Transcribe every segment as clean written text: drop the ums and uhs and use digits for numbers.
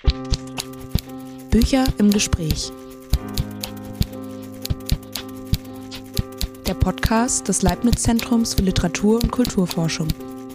Bücher im Gespräch. Der Podcast des Leibniz-Zentrums für Literatur- und Kulturforschung.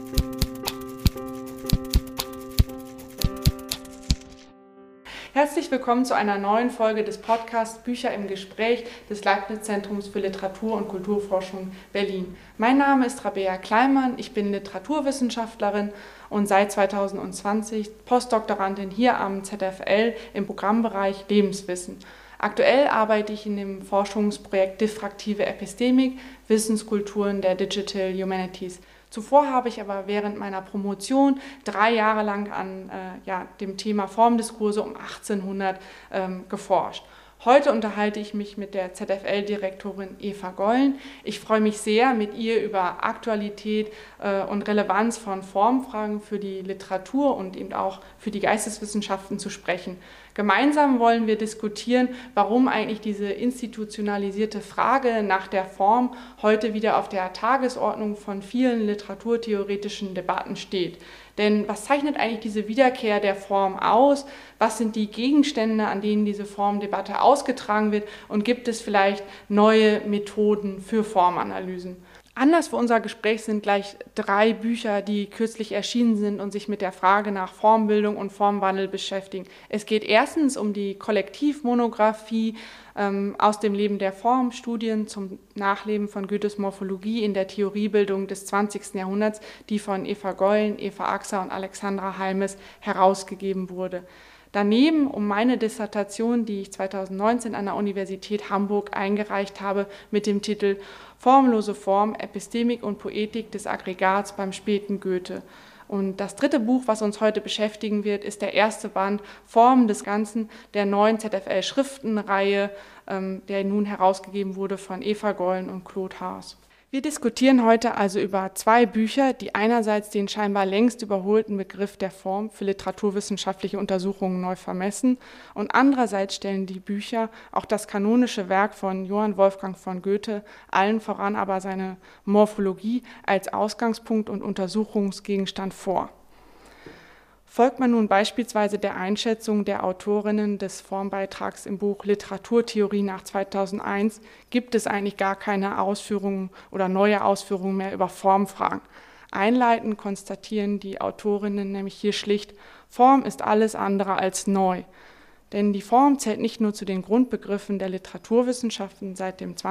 Herzlich willkommen zu einer neuen Folge des Podcasts Bücher im Gespräch des Leibniz-Zentrums für Literatur- und Kulturforschung Berlin. Mein Name ist Rabea Kleimann, ich bin Literaturwissenschaftlerin und seit 2020 Postdoktorandin hier am ZFL im Programmbereich Lebenswissen. Aktuell arbeite ich in dem Forschungsprojekt Diffraktive Epistemik, Wissenskulturen der Digital Humanities. Zuvor habe ich aber während meiner Promotion 3 Jahre lang an dem Thema Formdiskurse um 1800 geforscht. Heute unterhalte ich mich mit der ZFL-Direktorin Eva Gollen. Ich freue mich sehr, mit ihr über Aktualität und Relevanz von Formfragen für die Literatur und eben auch für die Geisteswissenschaften zu sprechen. Gemeinsam wollen wir diskutieren, warum eigentlich diese institutionalisierte Frage nach der Form heute wieder auf der Tagesordnung von vielen literaturtheoretischen Debatten steht. Denn was zeichnet eigentlich diese Wiederkehr der Form aus? Was sind die Gegenstände, an denen diese Formdebatte ausgetragen wird? Und gibt es vielleicht neue Methoden für Formanalysen? Anlass für unser Gespräch sind gleich 3 Bücher, die kürzlich erschienen sind und sich mit der Frage nach Formbildung und Formwandel beschäftigen. Es geht erstens um die Kollektivmonographie aus dem Leben der Form, Studien zum Nachleben von Goethes Morphologie in der Theoriebildung des 20. Jahrhunderts, die von Eva Gollen, Eva Axer und Alexandra Halmes herausgegeben wurde. Daneben um meine Dissertation, die ich 2019 an der Universität Hamburg eingereicht habe, mit dem Titel Formlose Form, Epistemik und Poetik des Aggregats beim späten Goethe. Und das 3. Buch, was uns heute beschäftigen wird, ist der erste Band Formen des Ganzen der neuen ZFL-Schriftenreihe, der nun herausgegeben wurde von Eva Gollen und Claude Haas. Wir diskutieren heute also über 2 Bücher, die einerseits den scheinbar längst überholten Begriff der Form für literaturwissenschaftliche Untersuchungen neu vermessen und andererseits stellen die Bücher auch das kanonische Werk von Johann Wolfgang von Goethe, allen voran aber seine Morphologie, als Ausgangspunkt und Untersuchungsgegenstand vor. Folgt man nun beispielsweise der Einschätzung der Autorinnen des Formbeitrags im Buch Literaturtheorie nach 2001, gibt es eigentlich gar keine Ausführungen oder neue Ausführungen mehr über Formfragen. Einleitend konstatieren die Autorinnen nämlich hier schlicht, Form ist alles andere als neu. Denn die Form zählt nicht nur zu den Grundbegriffen der Literaturwissenschaften seit dem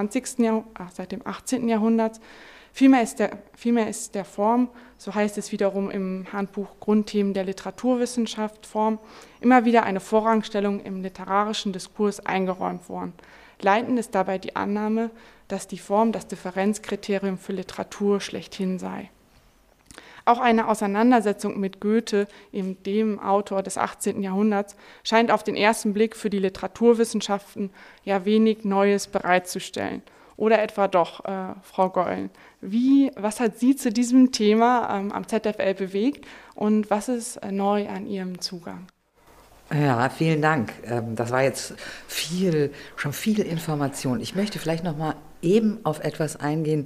18. Jahrhundert, Vielmehr ist der Form, so heißt es wiederum im Handbuch Grundthemen der Literaturwissenschaft Form, immer wieder eine Vorrangstellung im literarischen Diskurs eingeräumt worden. Leitend ist dabei die Annahme, dass die Form das Differenzkriterium für Literatur schlechthin sei. Auch eine Auseinandersetzung mit Goethe, eben dem Autor des 18. Jahrhunderts, scheint auf den ersten Blick für die Literaturwissenschaften ja wenig Neues bereitzustellen. Oder etwa doch, Frau Gollen, was hat Sie zu diesem Thema am ZFL bewegt und was ist neu an Ihrem Zugang? Ja, vielen Dank. Das war jetzt schon viel Information. Ich möchte vielleicht noch mal eben auf etwas eingehen,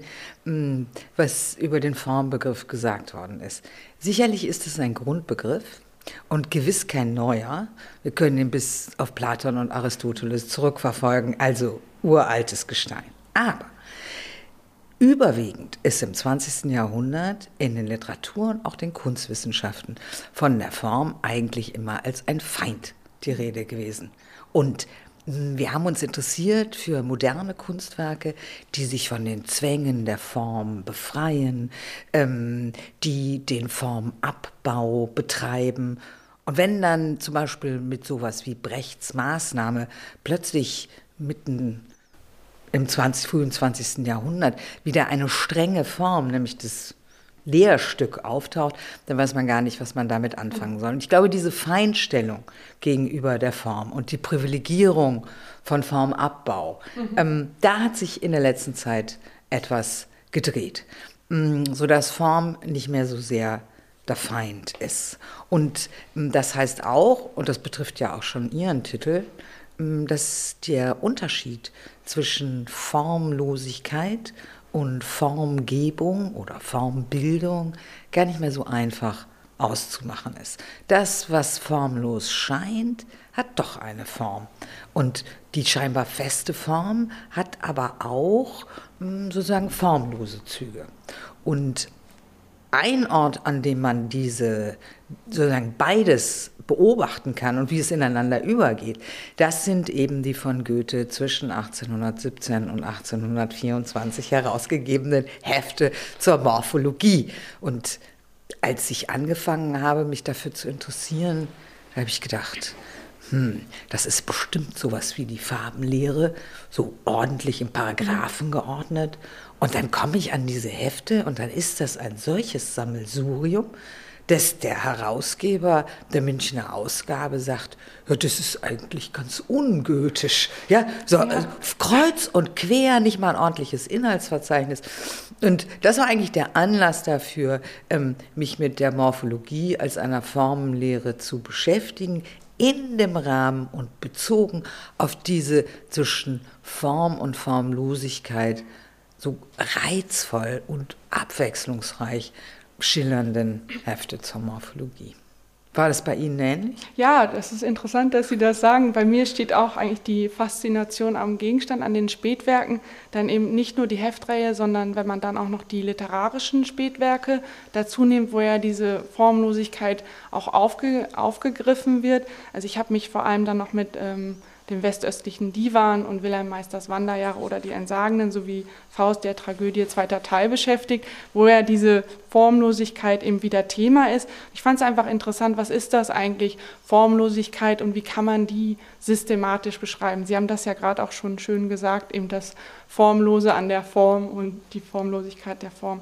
was über den Formbegriff gesagt worden ist. Sicherlich ist es ein Grundbegriff und gewiss kein neuer. Wir können ihn bis auf Platon und Aristoteles zurückverfolgen, also uraltes Gestein. Aber überwiegend ist im 20. Jahrhundert in den Literatur- und auch den Kunstwissenschaften von der Form eigentlich immer als ein Feind die Rede gewesen. Und wir haben uns interessiert für moderne Kunstwerke, die sich von den Zwängen der Form befreien, die den Formabbau betreiben. Und wenn dann zum Beispiel mit sowas wie Brechts Maßnahme plötzlich mitten im frühen 20. Jahrhundert wieder eine strenge Form, nämlich das Lehrstück auftaucht, dann weiß man gar nicht, was man damit anfangen soll. Und ich glaube, diese Feindstellung gegenüber der Form und die Privilegierung von Formabbau, da hat sich in der letzten Zeit etwas gedreht, sodass Form nicht mehr so sehr der Feind ist. Und das heißt auch, und das betrifft ja auch schon Ihren Titel, dass der Unterschied zwischen Formlosigkeit und Formgebung oder Formbildung gar nicht mehr so einfach auszumachen ist. Das, was formlos scheint, hat doch eine Form. Und die scheinbar feste Form hat aber auch sozusagen formlose Züge. Und ein Ort, an dem man diese sozusagen beides beobachten kann und wie es ineinander übergeht, das sind eben die von Goethe zwischen 1817 und 1824 herausgegebenen Hefte zur Morphologie. Und als ich angefangen habe, mich dafür zu interessieren, habe ich gedacht, das ist bestimmt sowas wie die Farbenlehre, so ordentlich in Paragraphen geordnet. Und dann komme ich an diese Hefte und dann ist das ein solches Sammelsurium, dass der Herausgeber der Münchner Ausgabe sagt, ja, das ist eigentlich ganz ungoethisch. Ja, so kreuz und quer, nicht mal ein ordentliches Inhaltsverzeichnis. Und das war eigentlich der Anlass dafür, mich mit der Morphologie als einer Formenlehre zu beschäftigen, in dem Rahmen und bezogen auf diese zwischen Form und Formlosigkeit so reizvoll und abwechslungsreich schillernden Hefte zur Morphologie. War das bei Ihnen ähnlich? Ja, das ist interessant, dass Sie das sagen. Bei mir steht auch eigentlich die Faszination am Gegenstand, an den Spätwerken. Dann eben nicht nur die Heftreihe, sondern wenn man dann auch noch die literarischen Spätwerke dazu nimmt, wo ja diese Formlosigkeit auch aufgegriffen wird. Also ich habe mich vor allem dann noch mit dem westöstlichen Divan und Wilhelm Meisters Wanderjahre oder die Entsagenden sowie Faust der Tragödie zweiter Teil beschäftigt, wo ja diese Formlosigkeit eben wieder Thema ist. Ich fand es einfach interessant, was ist das eigentlich, Formlosigkeit, und wie kann man die systematisch beschreiben? Sie haben das ja gerade auch schon schön gesagt, eben das Formlose an der Form und die Formlosigkeit der Form.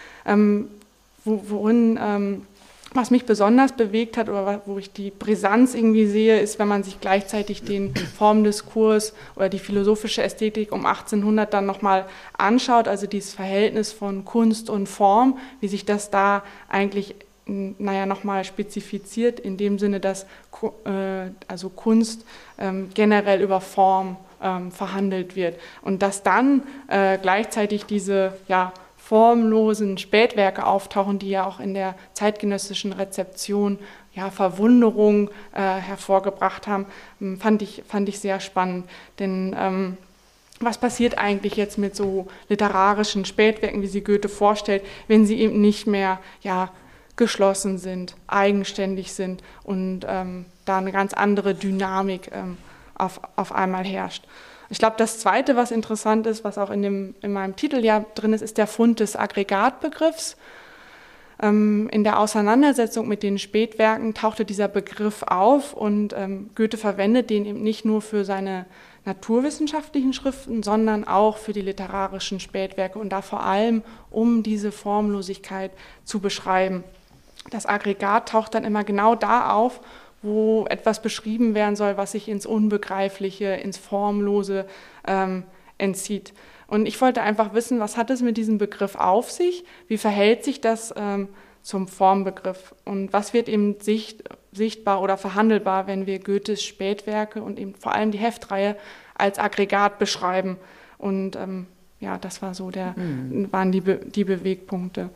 Was mich besonders bewegt hat oder wo ich die Brisanz irgendwie sehe, ist, wenn man sich gleichzeitig den Formdiskurs oder die philosophische Ästhetik um 1800 dann nochmal anschaut, also dieses Verhältnis von Kunst und Form, wie sich das da eigentlich nochmal spezifiziert, in dem Sinne, dass also Kunst generell über Form verhandelt wird und dass dann gleichzeitig diese formlosen Spätwerke auftauchen, die ja auch in der zeitgenössischen Rezeption Verwunderung hervorgebracht haben, fand ich sehr spannend. Denn was passiert eigentlich jetzt mit so literarischen Spätwerken, wie sie Goethe vorstellt, wenn sie eben nicht mehr geschlossen sind, eigenständig sind und da eine ganz andere Dynamik auf einmal herrscht. Ich glaube, das Zweite, was interessant ist, was auch in meinem Titel ja drin ist, ist der Fund des Aggregatbegriffs. In der Auseinandersetzung mit den Spätwerken tauchte dieser Begriff auf und Goethe verwendet den eben nicht nur für seine naturwissenschaftlichen Schriften, sondern auch für die literarischen Spätwerke und da vor allem, um diese Formlosigkeit zu beschreiben. Das Aggregat taucht dann immer genau da auf, wo etwas beschrieben werden soll, was sich ins Unbegreifliche, ins Formlose entzieht. Und ich wollte einfach wissen, was hat es mit diesem Begriff auf sich? Wie verhält sich das zum Formbegriff? Und was wird eben sichtbar oder verhandelbar, wenn wir Goethes Spätwerke und eben vor allem die Heftreihe als Aggregat beschreiben? Und das war so waren die Bewegpunkte.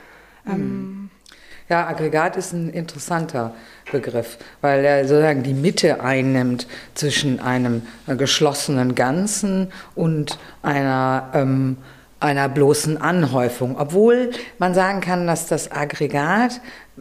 Ja, Aggregat ist ein interessanter Begriff, weil er sozusagen die Mitte einnimmt zwischen einem geschlossenen Ganzen und einer bloßen Anhäufung. Obwohl man sagen kann, dass das Aggregat,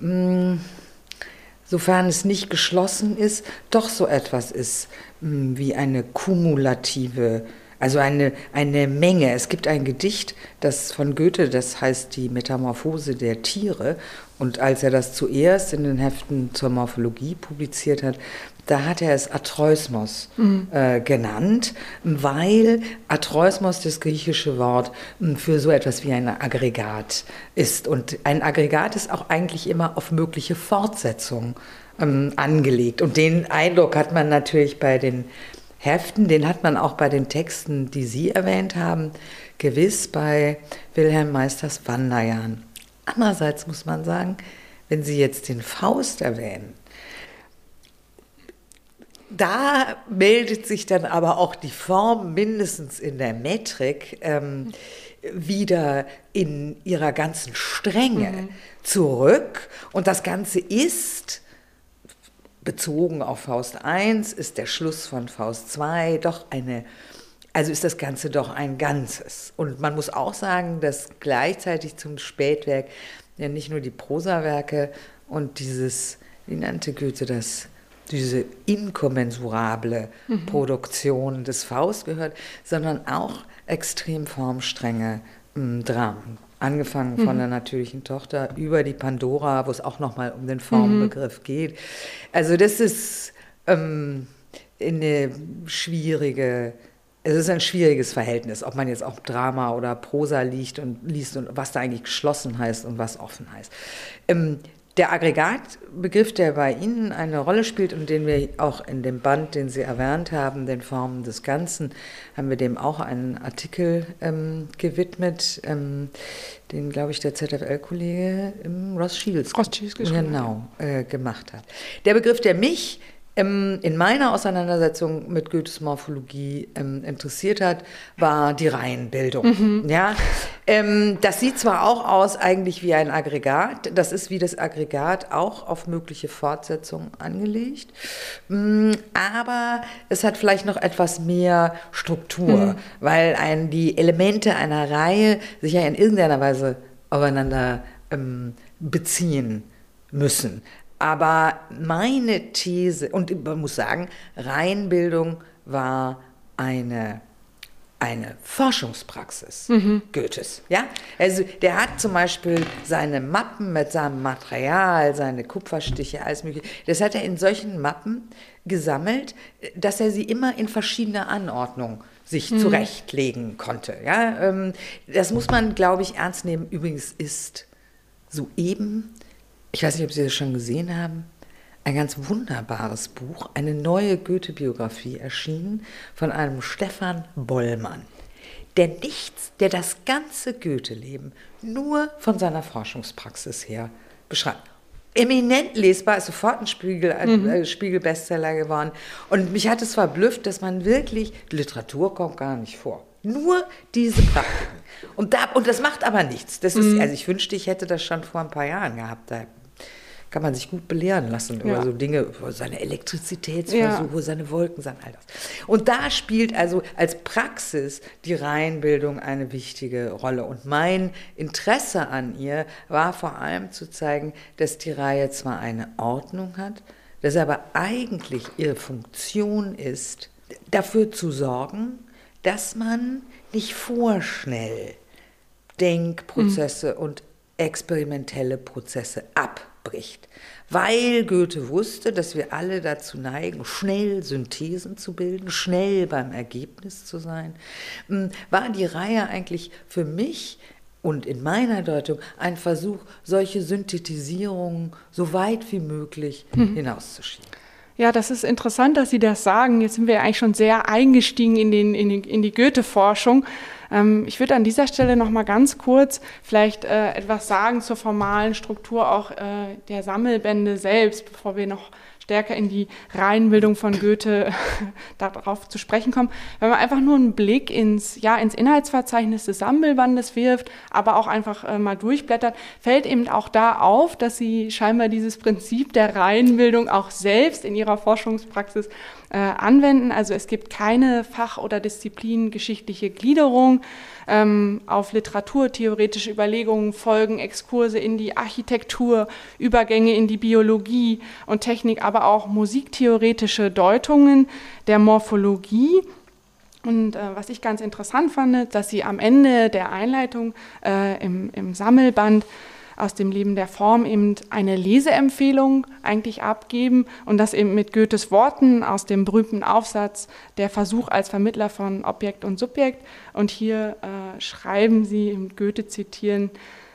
sofern es nicht geschlossen ist, doch so etwas ist wie eine kumulative, also eine Menge. Es gibt ein Gedicht, das von Goethe, das heißt die Metamorphose der Tiere. Und als er das zuerst in den Heften zur Morphologie publiziert hat, da hat er es Atroismos genannt, weil Atroismos das griechische Wort für so etwas wie ein Aggregat ist. Und ein Aggregat ist auch eigentlich immer auf mögliche Fortsetzung angelegt. Und den Eindruck hat man natürlich bei den Heften, den hat man auch bei den Texten, die Sie erwähnt haben, gewiss bei Wilhelm Meisters Wanderjahren. Andererseits muss man sagen, wenn Sie jetzt den Faust erwähnen, da meldet sich dann aber auch die Form mindestens in der Metrik wieder in ihrer ganzen Strenge zurück. Und das Ganze ist, bezogen auf Faust I, ist der Schluss von Faust II also ist das Ganze doch ein Ganzes. Und man muss auch sagen, dass gleichzeitig zum Spätwerk ja nicht nur die Prosawerke und wie nannte Goethe das, diese inkommensurable Produktion des Faust gehört, sondern auch extrem formstrenge Dramen. Angefangen von der natürlichen Tochter über die Pandora, wo es auch nochmal um den Formbegriff geht. Also das ist es ist ein schwieriges Verhältnis, ob man jetzt auch Drama oder Prosa liest und was da eigentlich geschlossen heißt und was offen heißt. Der Aggregatbegriff, der bei Ihnen eine Rolle spielt und den wir auch in dem Band, den Sie erwähnt haben, den Formen des Ganzen, haben wir dem auch einen Artikel gewidmet, den, glaube ich, der ZFL-Kollege Ross Shields gemacht hat. Der Begriff, der mich in meiner Auseinandersetzung mit Goethes Morphologie interessiert hat, war die Reihenbildung. Ja? Das sieht zwar auch aus eigentlich wie ein Aggregat, das ist wie das Aggregat auch auf mögliche Fortsetzungen angelegt, aber es hat vielleicht noch etwas mehr Struktur, weil die Elemente einer Reihe sich ja in irgendeiner Weise aufeinander beziehen müssen. Aber meine These, und man muss sagen, Reihenbildung war eine Forschungspraxis Goethes. Ja? Also der hat zum Beispiel seine Mappen mit seinem Material, seine Kupferstiche, alles Mögliche, das hat er in solchen Mappen gesammelt, dass er sie immer in verschiedener Anordnung sich zurechtlegen konnte. Ja? Das muss man, glaube ich, ernst nehmen. Übrigens ist soeben, ich weiß nicht, ob Sie das schon gesehen haben, ein ganz wunderbares Buch, eine neue Goethe-Biografie erschienen von einem Stefan Bollmann, der das ganze Goethe-Leben nur von seiner Forschungspraxis her beschreibt. Eminent lesbar, ist sofort ein Spiegel-Bestseller geworden. Und mich hat es verblüfft, dass man wirklich, Literatur kommt gar nicht vor. Nur diese Praktiken. Und das macht aber nichts. Das ist, also ich wünschte, ich hätte das schon vor ein paar Jahren gehabt. Da kann man sich gut belehren lassen über so Dinge, über seine Elektrizitätsversuche, seine Wolken, all das. Und da spielt also als Praxis die Reihenbildung eine wichtige Rolle. Und mein Interesse an ihr war vor allem zu zeigen, dass die Reihe zwar eine Ordnung hat, dass aber eigentlich ihre Funktion ist, dafür zu sorgen, dass man nicht vorschnell Denkprozesse und experimentelle Prozesse abbricht. Weil Goethe wusste, dass wir alle dazu neigen, schnell Synthesen zu bilden, schnell beim Ergebnis zu sein, war die Reihe eigentlich für mich und in meiner Deutung ein Versuch, solche Synthetisierungen so weit wie möglich hinauszuschieben. Ja, das ist interessant, dass Sie das sagen. Jetzt sind wir eigentlich schon sehr eingestiegen in die Goethe-Forschung. Ich würde an dieser Stelle noch mal ganz kurz vielleicht etwas sagen zur formalen Struktur auch der Sammelbände selbst, bevor wir noch stärker in die Reihenbildung von Goethe darauf zu sprechen kommen. Wenn man einfach nur einen Blick ins Inhaltsverzeichnis des Sammelbandes wirft, aber auch einfach mal durchblättert, fällt eben auch da auf, dass Sie scheinbar dieses Prinzip der Reihenbildung auch selbst in Ihrer Forschungspraxis anwenden. Also es gibt keine fach- oder disziplingeschichtliche Gliederung. Auf literaturtheoretische Überlegungen folgen Exkurse in die Architektur, Übergänge in die Biologie und Technik, aber auch musiktheoretische Deutungen der Morphologie. Und was ich ganz interessant fand, dass Sie am Ende der Einleitung im Sammelband aus dem Leben der Form eben eine Leseempfehlung eigentlich abgeben und das eben mit Goethes Worten aus dem berühmten Aufsatz Der Versuch als Vermittler von Objekt und Subjekt. Und hier schreiben Sie, Goethe zitieren,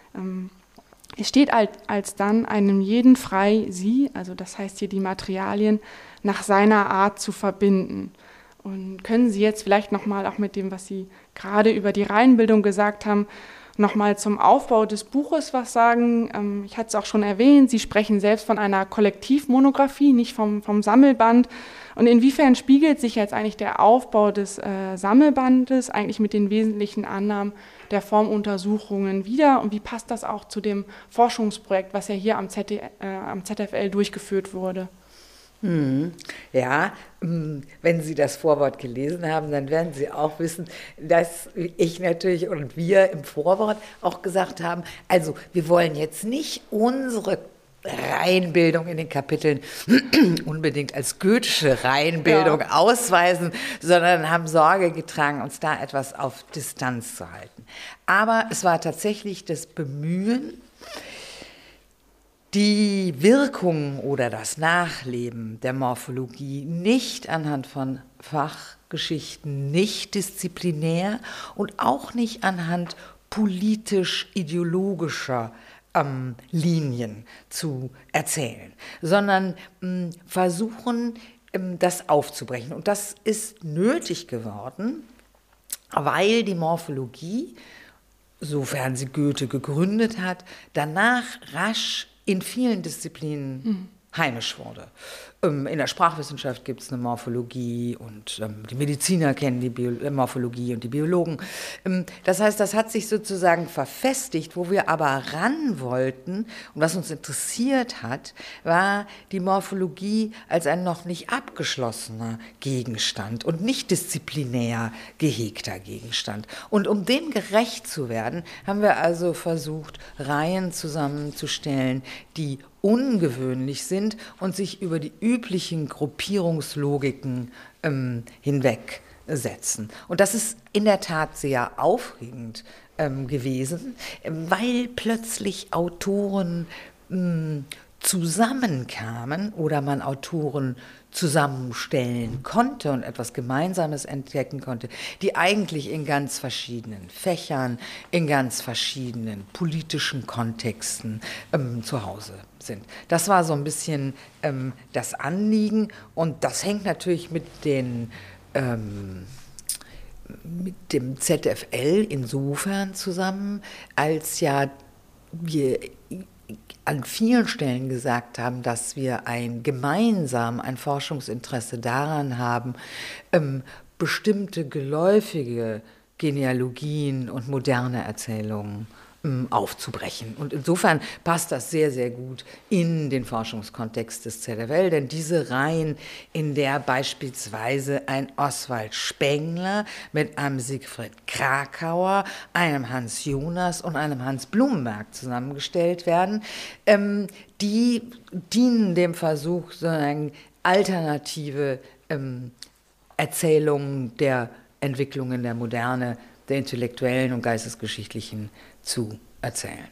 es steht alsdann einem jeden frei, sie, also das heißt hier die Materialien, nach seiner Art zu verbinden. Und können Sie jetzt vielleicht nochmal auch mit dem, was Sie gerade über die Reihenbildung gesagt haben, nochmal zum Aufbau des Buches was sagen. Ich hatte es auch schon erwähnt, Sie sprechen selbst von einer Kollektivmonographie, nicht vom Sammelband. Und inwiefern spiegelt sich jetzt eigentlich der Aufbau des Sammelbandes eigentlich mit den wesentlichen Annahmen der Formuntersuchungen wider? Und wie passt das auch zu dem Forschungsprojekt, was ja hier am ZFL durchgeführt wurde? Ja, wenn Sie das Vorwort gelesen haben, dann werden Sie auch wissen, dass ich natürlich und wir im Vorwort auch gesagt haben, also wir wollen jetzt nicht unsere Reihenbildung in den Kapiteln unbedingt als goethische Reihenbildung ausweisen, sondern haben Sorge getragen, uns da etwas auf Distanz zu halten. Aber es war tatsächlich das Bemühen, die Wirkung oder das Nachleben der Morphologie nicht anhand von Fachgeschichten, nicht disziplinär und auch nicht anhand politisch-ideologischer Linien zu erzählen, sondern versuchen, das aufzubrechen. Und das ist nötig geworden, weil die Morphologie, sofern sie Goethe gegründet hat, danach rasch in vielen Disziplinen heimisch wurde. In der Sprachwissenschaft gibt es eine Morphologie und die Mediziner kennen die Morphologie und die Biologen. Das heißt, das hat sich sozusagen verfestigt. Wo wir aber ran wollten und was uns interessiert hat, war die Morphologie als ein noch nicht abgeschlossener Gegenstand und nicht disziplinär gehegter Gegenstand. Und um dem gerecht zu werden, haben wir also versucht, Reihen zusammenzustellen, die ungewöhnlich sind und sich über die üblichen Gruppierungslogiken hinwegsetzen. Und das ist in der Tat sehr aufregend gewesen, weil plötzlich Autoren zusammenkamen oder man Autoren zusammenstellen konnte und etwas Gemeinsames entdecken konnte, die eigentlich in ganz verschiedenen Fächern, in ganz verschiedenen politischen Kontexten zu Hause sind. Das war so ein bisschen das Anliegen und das hängt natürlich mit dem ZFL insofern zusammen, als ja wir an vielen Stellen gesagt haben, dass wir gemeinsam ein Forschungsinteresse daran haben, bestimmte geläufige Genealogien und moderne Erzählungen aufzubrechen. Und insofern passt das sehr, sehr gut in den Forschungskontext des ZFL, denn diese Reihen, in der beispielsweise ein Oswald Spengler mit einem Siegfried Krakauer, einem Hans Jonas und einem Hans Blumenberg zusammengestellt werden, die dienen dem Versuch, sozusagen alternative Erzählungen der Entwicklungen der Moderne, der intellektuellen und geistesgeschichtlichen zu erzählen.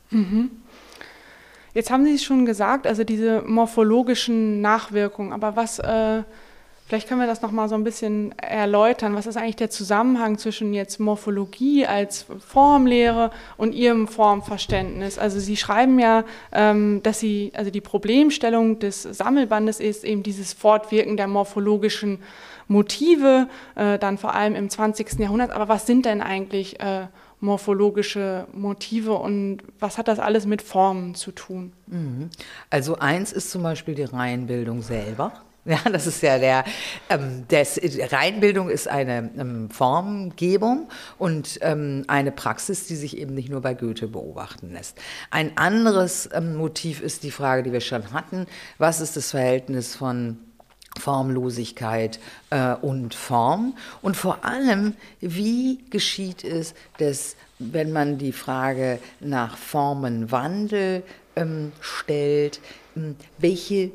Jetzt haben Sie es schon gesagt, also diese morphologischen Nachwirkungen, aber vielleicht können wir das nochmal so ein bisschen erläutern, was ist eigentlich der Zusammenhang zwischen jetzt Morphologie als Formlehre und Ihrem Formverständnis? Also Sie schreiben ja, dass die Problemstellung des Sammelbandes ist eben dieses Fortwirken der morphologischen Motive, dann vor allem im 20. Jahrhundert, aber was sind denn eigentlich morphologische Motive und was hat das alles mit Formen zu tun? Also eins ist zum Beispiel die Reihenbildung selber. Ja, das ist ja Reihenbildung ist eine Formgebung und eine Praxis, die sich eben nicht nur bei Goethe beobachten lässt. Ein anderes Motiv ist die Frage, die wir schon hatten, was ist das Verhältnis von Formlosigkeit und Form und vor allem, wie geschieht es, dass, wenn man die Frage nach Formenwandel stellt, welche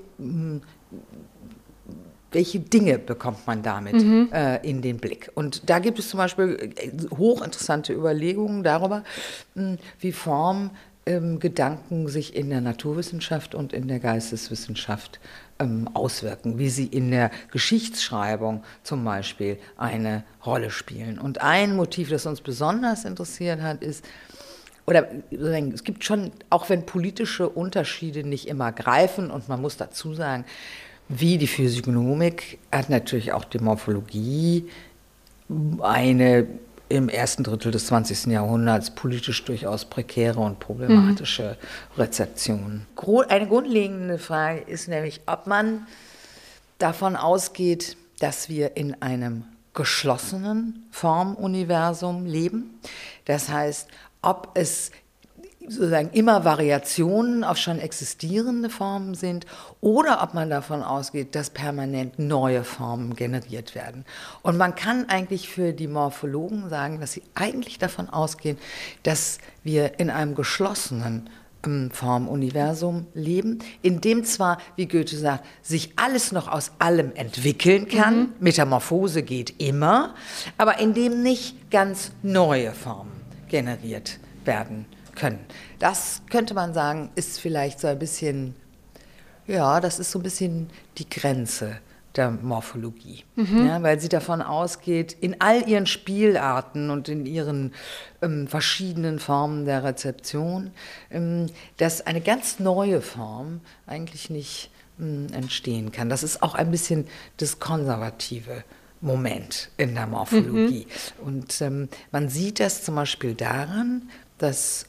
Dinge bekommt man damit in den Blick? Und da gibt es zum Beispiel hochinteressante Überlegungen darüber, wie Formgedanken sich in der Naturwissenschaft und in der Geisteswissenschaft auswirken, wie sie in der Geschichtsschreibung zum Beispiel eine Rolle spielen. Und ein Motiv, das uns besonders interessiert hat, ist, es gibt schon, auch wenn politische Unterschiede nicht immer greifen, und man muss dazu sagen, wie die Physiognomik hat natürlich auch die Morphologie eine im ersten Drittel des 20. Jahrhunderts politisch durchaus prekäre und problematische Rezeption. Eine grundlegende Frage ist nämlich, ob man davon ausgeht, dass wir in einem geschlossenen Formuniversum leben. Das heißt, ob es sozusagen immer Variationen auf schon existierende Formen sind oder ob man davon ausgeht, dass permanent neue Formen generiert werden. Und man kann eigentlich für die Morphologen sagen, dass sie eigentlich davon ausgehen, dass wir in einem geschlossenen Formuniversum leben, in dem zwar, wie Goethe sagt, sich alles noch aus allem entwickeln kann, Metamorphose geht immer, aber in dem nicht ganz neue Formen generiert werden können. Das könnte man sagen, ist vielleicht so ein bisschen, ja, das ist so ein bisschen die Grenze der Morphologie, ja, weil sie davon ausgeht, in all ihren Spielarten und in ihren verschiedenen Formen der Rezeption, dass eine ganz neue Form eigentlich nicht entstehen kann. Das ist auch ein bisschen das konservative Moment in der Morphologie. Und man sieht das zum Beispiel daran, dass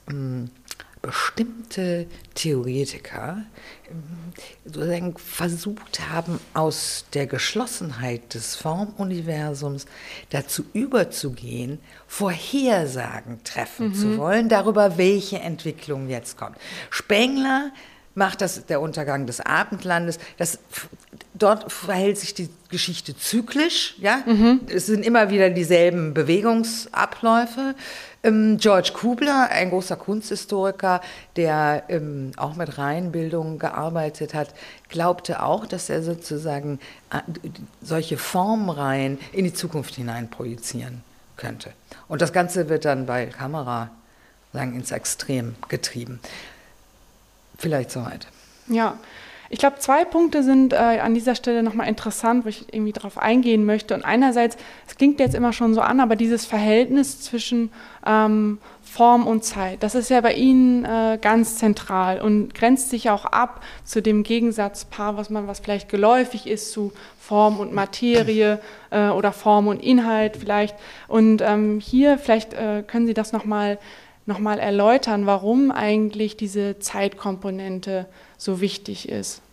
bestimmte Theoretiker sozusagen versucht haben, aus der Geschlossenheit des Formuniversums dazu überzugehen, Vorhersagen treffen zu wollen, darüber, welche Entwicklung jetzt kommt. Spengler macht das, der Untergang des Abendlandes, dort verhält sich die Geschichte zyklisch, ja? Es sind immer wieder dieselben Bewegungsabläufe. George Kubler, ein großer Kunsthistoriker, der auch mit Reihenbildung gearbeitet hat, glaubte auch, dass er sozusagen solche Formreihen in die Zukunft hinein projizieren könnte. Und das Ganze wird dann bei Kamera ins Extrem getrieben. Vielleicht soweit. Ja, ich glaube, 2 Punkte sind an dieser Stelle nochmal interessant, wo ich irgendwie drauf eingehen möchte. Und einerseits, es klingt jetzt immer schon so an, aber dieses Verhältnis zwischen Form und Zeit, das ist ja bei Ihnen ganz zentral und grenzt sich auch ab zu dem Gegensatzpaar, was vielleicht geläufig ist zu Form und Materie oder Form und Inhalt vielleicht. Und hier vielleicht können Sie das nochmal erläutern, warum eigentlich diese Zeitkomponente so wichtig ist.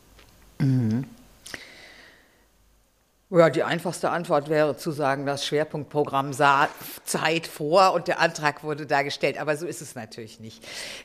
Ja, die einfachste Antwort wäre zu sagen, das Schwerpunktprogramm sah Zeit vor und der Antrag wurde da gestellt. Aber so ist es natürlich nicht.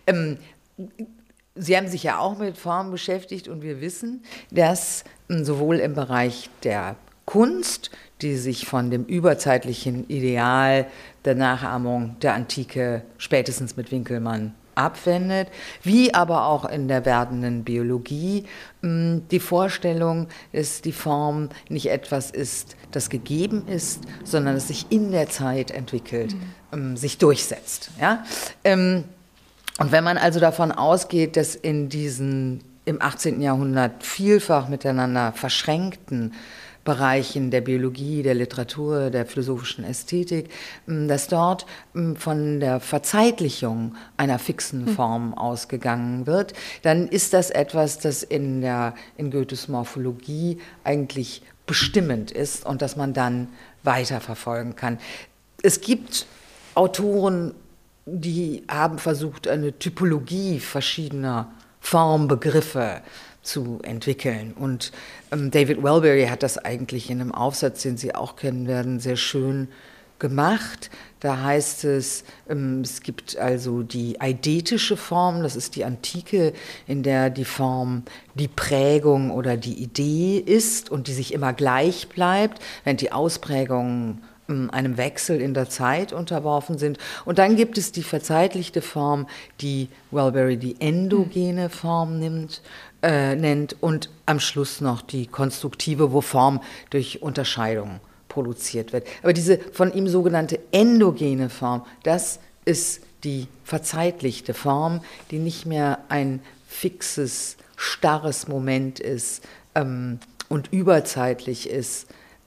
Sie haben sich ja auch mit Form beschäftigt und wir wissen, dass sowohl im Bereich der Kunst, die sich von dem überzeitlichen Ideal der Nachahmung der Antike spätestens mit Winkelmann abwendet, wie aber auch in der werdenden Biologie die Vorstellung, dass die Form nicht etwas ist, das gegeben ist, sondern das sich in der Zeit entwickelt, sich durchsetzt. Ja? Und wenn man also davon ausgeht, dass in diesen im 18. Jahrhundert vielfach miteinander verschränkten Bereichen der Biologie, der Literatur, der philosophischen Ästhetik, dass dort von der Verzeitlichung einer fixen Form ausgegangen wird, dann ist das etwas, das in Goethes Morphologie eigentlich bestimmend ist und das man dann weiterverfolgen kann. Es gibt Autoren, die haben versucht, eine Typologie verschiedener Formbegriffe zu entwickeln. Und David Welbery hat das eigentlich in einem Aufsatz, den Sie auch kennen werden, sehr schön gemacht. Da heißt es, es gibt also die eidetische Form, das ist die Antike, in der die Form die Prägung oder die Idee ist und die sich immer gleich bleibt, während die Ausprägungen einem Wechsel in der Zeit unterworfen sind. Und dann gibt es die verzeitlichte Form, die Welbery die endogene Form nennt und am Schluss noch die konstruktive, wo Form durch Unterscheidung produziert wird. Aber diese von ihm sogenannte endogene Form, das ist die verzeitlichte Form, die nicht mehr ein fixes, starres Moment ist und überzeitlich ist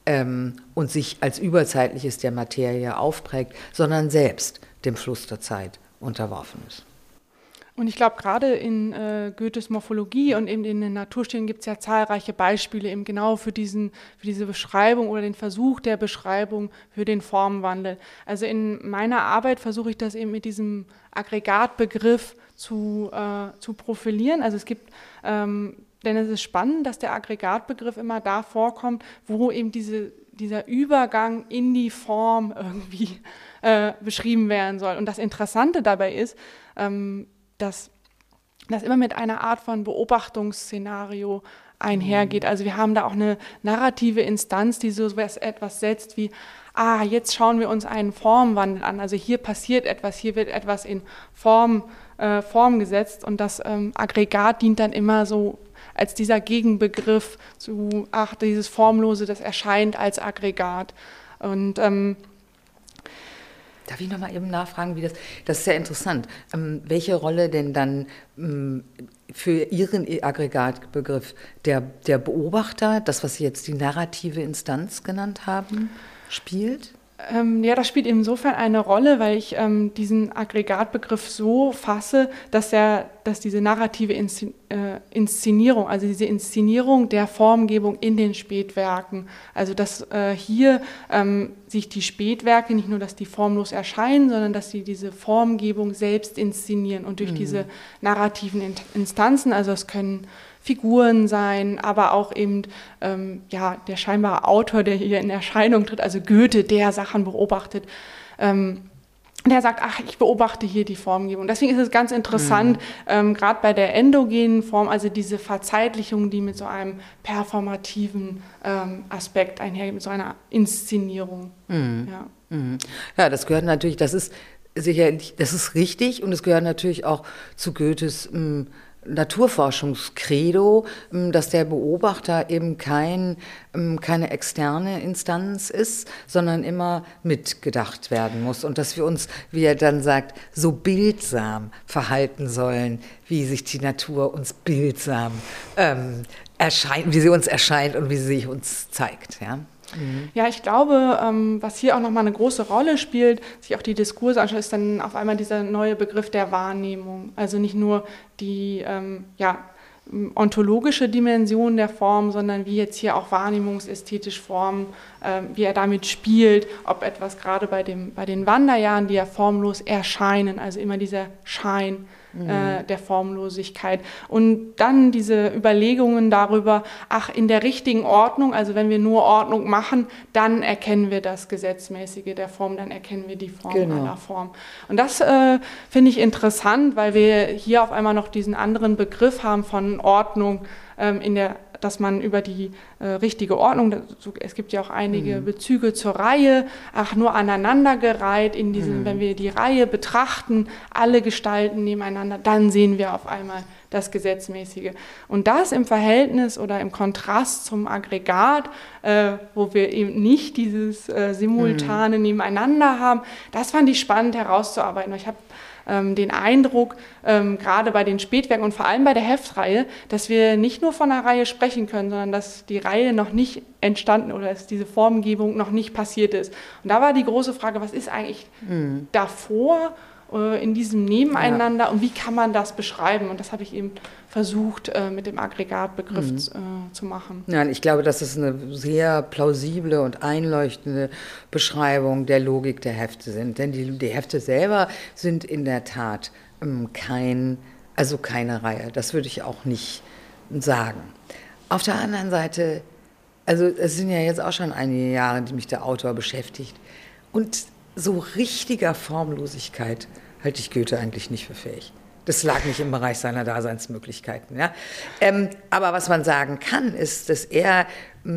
und sich als Überzeitliches der Materie aufprägt, sondern selbst dem Fluss der Zeit unterworfen ist. Und ich glaube, gerade in Goethes Morphologie und eben in den Naturstudien gibt es ja zahlreiche Beispiele eben genau für diese Beschreibung oder den Versuch der Beschreibung für den Formwandel. Also in meiner Arbeit versuche ich das eben mit diesem Aggregatbegriff zu profilieren. Also es gibt, denn es ist spannend, dass der Aggregatbegriff immer da vorkommt, wo eben dieser Übergang in die Form irgendwie beschrieben werden soll. Und das Interessante dabei ist, dass das immer mit einer Art von Beobachtungsszenario einhergeht. Also wir haben da auch eine narrative Instanz, die so etwas setzt wie, jetzt schauen wir uns einen Formwandel an. Also hier passiert etwas, hier wird etwas in Form gesetzt und das Aggregat dient dann immer so als dieser Gegenbegriff zu, dieses Formlose, das erscheint als Aggregat. Und darf ich noch mal eben nachfragen, das ist sehr interessant, welche Rolle denn dann für Ihren Aggregatbegriff der Beobachter, das, was Sie jetzt die narrative Instanz genannt haben, spielt? Ja, das spielt insofern eine Rolle, weil ich diesen Aggregatbegriff so fasse, dass diese narrative Inszenierung, also diese Inszenierung der Formgebung in den Spätwerken, also dass hier sich die Spätwerke nicht nur, dass die formlos erscheinen, sondern dass sie diese Formgebung selbst inszenieren und durch diese narrativen Instanzen, also es können Figuren sein, aber auch eben der scheinbare Autor, der hier in Erscheinung tritt, also Goethe, der Sachen beobachtet, der sagt, ich beobachte hier die Formgebung. Deswegen ist es ganz interessant, gerade bei der endogenen Form, also diese Verzeitlichung, die mit so einem performativen Aspekt einhergeht, mit so einer Inszenierung. Ja, das gehört natürlich, das ist sicherlich, das ist richtig und es gehört natürlich auch zu Goethes Naturforschungskredo, dass der Beobachter eben keine externe Instanz ist, sondern immer mitgedacht werden muss und dass wir uns, wie er dann sagt, so bildsam verhalten sollen, wie sich die Natur uns bildsam erscheint, wie sie uns erscheint und wie sie sich uns zeigt, ja. Ja, ich glaube, was hier auch nochmal eine große Rolle spielt, sich auch die Diskurse anschaut, ist dann auf einmal dieser neue Begriff der Wahrnehmung. Also nicht nur die ontologische Dimension der Form, sondern wie jetzt hier auch wahrnehmungsästhetisch Formen, wie er damit spielt, ob etwas gerade bei den Wanderjahren, die ja formlos erscheinen, also immer dieser Schein der Formlosigkeit. Und dann diese Überlegungen darüber, in der richtigen Ordnung, also wenn wir nur Ordnung machen, dann erkennen wir das Gesetzmäßige der Form, dann erkennen wir die Form aller Form. Und das finde ich interessant, weil wir hier auf einmal noch diesen anderen Begriff haben von Ordnung, dass man über die richtige Ordnung, es gibt ja auch einige Bezüge zur Reihe, nur aneinandergereiht, wenn wir die Reihe betrachten, alle Gestalten nebeneinander, dann sehen wir auf einmal das Gesetzmäßige. Und das im Verhältnis oder im Kontrast zum Aggregat, wo wir eben nicht dieses simultane Nebeneinander haben, das fand ich spannend herauszuarbeiten. Ich habe den Eindruck, gerade bei den Spätwerken und vor allem bei der Heftreihe, dass wir nicht nur von einer Reihe sprechen können, sondern dass die Reihe noch nicht entstanden oder dass diese Formgebung noch nicht passiert ist. Und da war die große Frage, was ist eigentlich davor in diesem Nebeneinander und wie kann man das beschreiben? Und das habe ich eben versucht, mit dem Aggregatbegriff zu machen. Ja, ich glaube, das ist eine sehr plausible und einleuchtende Beschreibung der Logik der Hefte sind. Denn die Hefte selber sind in der Tat keine Reihe. Das würde ich auch nicht sagen. Auf der anderen Seite, also es sind ja jetzt auch schon einige Jahre, die mich der Autor beschäftigt. Und so richtiger Formlosigkeit halte ich Goethe eigentlich nicht für fähig. Das lag nicht im Bereich seiner Daseinsmöglichkeiten. Ja? Aber was man sagen kann, ist, dass er,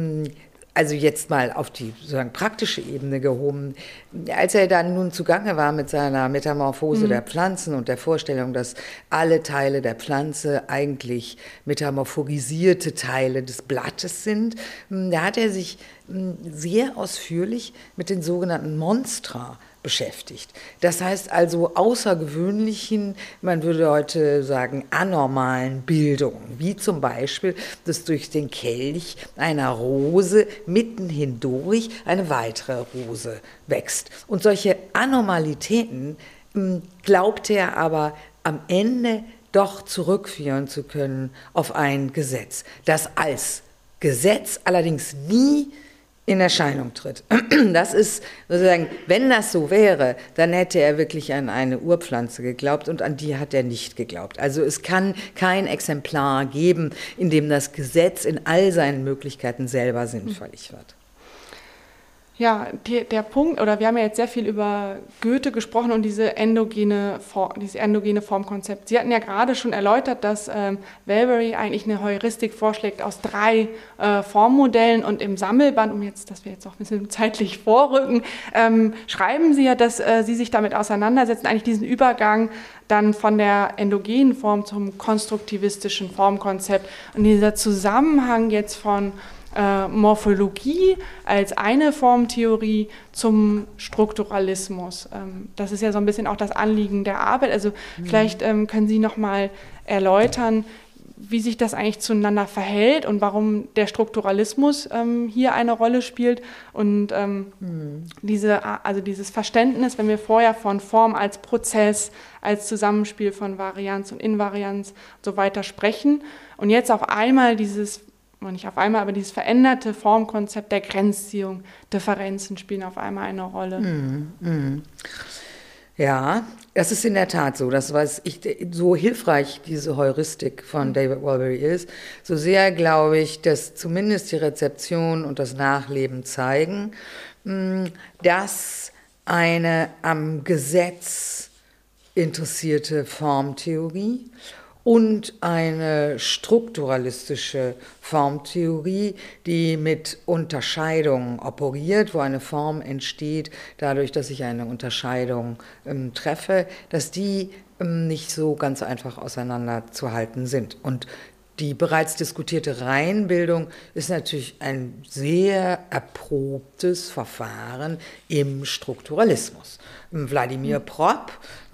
also jetzt mal auf die sozusagen praktische Ebene gehoben, als er dann nun zugange war mit seiner Metamorphose der Pflanzen und der Vorstellung, dass alle Teile der Pflanze eigentlich metamorphorisierte Teile des Blattes sind, da hat er sich sehr ausführlich mit den sogenannten Monstra beschäftigt. Das heißt also außergewöhnlichen, man würde heute sagen, anormalen Bildungen, wie zum Beispiel, dass durch den Kelch einer Rose mitten hindurch eine weitere Rose wächst. Und solche Anormalitäten glaubte er aber am Ende doch zurückführen zu können auf ein Gesetz, das als Gesetz allerdings nie in Erscheinung tritt. Das ist sozusagen, wenn das so wäre, dann hätte er wirklich an eine Urpflanze geglaubt und an die hat er nicht geglaubt. Also es kann kein Exemplar geben, in dem das Gesetz in all seinen Möglichkeiten selber sinnfällig wird. Ja, der Punkt, oder wir haben ja jetzt sehr viel über Goethe gesprochen und dieses endogene Formkonzept. Sie hatten ja gerade schon erläutert, dass Walbery eigentlich eine Heuristik vorschlägt aus 3 Formmodellen und im Sammelband, dass wir jetzt auch ein bisschen zeitlich vorrücken, schreiben Sie ja, dass Sie sich damit auseinandersetzen, eigentlich diesen Übergang dann von der endogenen Form zum konstruktivistischen Formkonzept. Und dieser Zusammenhang jetzt von Morphologie als eine Formtheorie zum Strukturalismus. Das ist ja so ein bisschen auch das Anliegen der Arbeit. Also vielleicht können Sie noch mal erläutern, wie sich das eigentlich zueinander verhält und warum der Strukturalismus hier eine Rolle spielt. Und dieses Verständnis, wenn wir vorher von Form als Prozess, als Zusammenspiel von Varianz und Invarianz und so weiter sprechen und jetzt auf einmal dieses veränderte Formkonzept der Grenzziehung, Differenzen spielen auf einmal eine Rolle. Ja, das ist in der Tat so. Das, was so hilfreich diese Heuristik von David Walbery ist, so sehr glaube ich, dass zumindest die Rezeption und das Nachleben zeigen, dass eine am Gesetz interessierte Formtheorie und eine strukturalistische Formtheorie, die mit Unterscheidungen operiert, wo eine Form entsteht, dadurch, dass ich eine Unterscheidung treffe, dass die nicht so ganz einfach auseinanderzuhalten sind. Und die bereits diskutierte Reihenbildung ist natürlich ein sehr erprobtes Verfahren im Strukturalismus. Wladimir Prop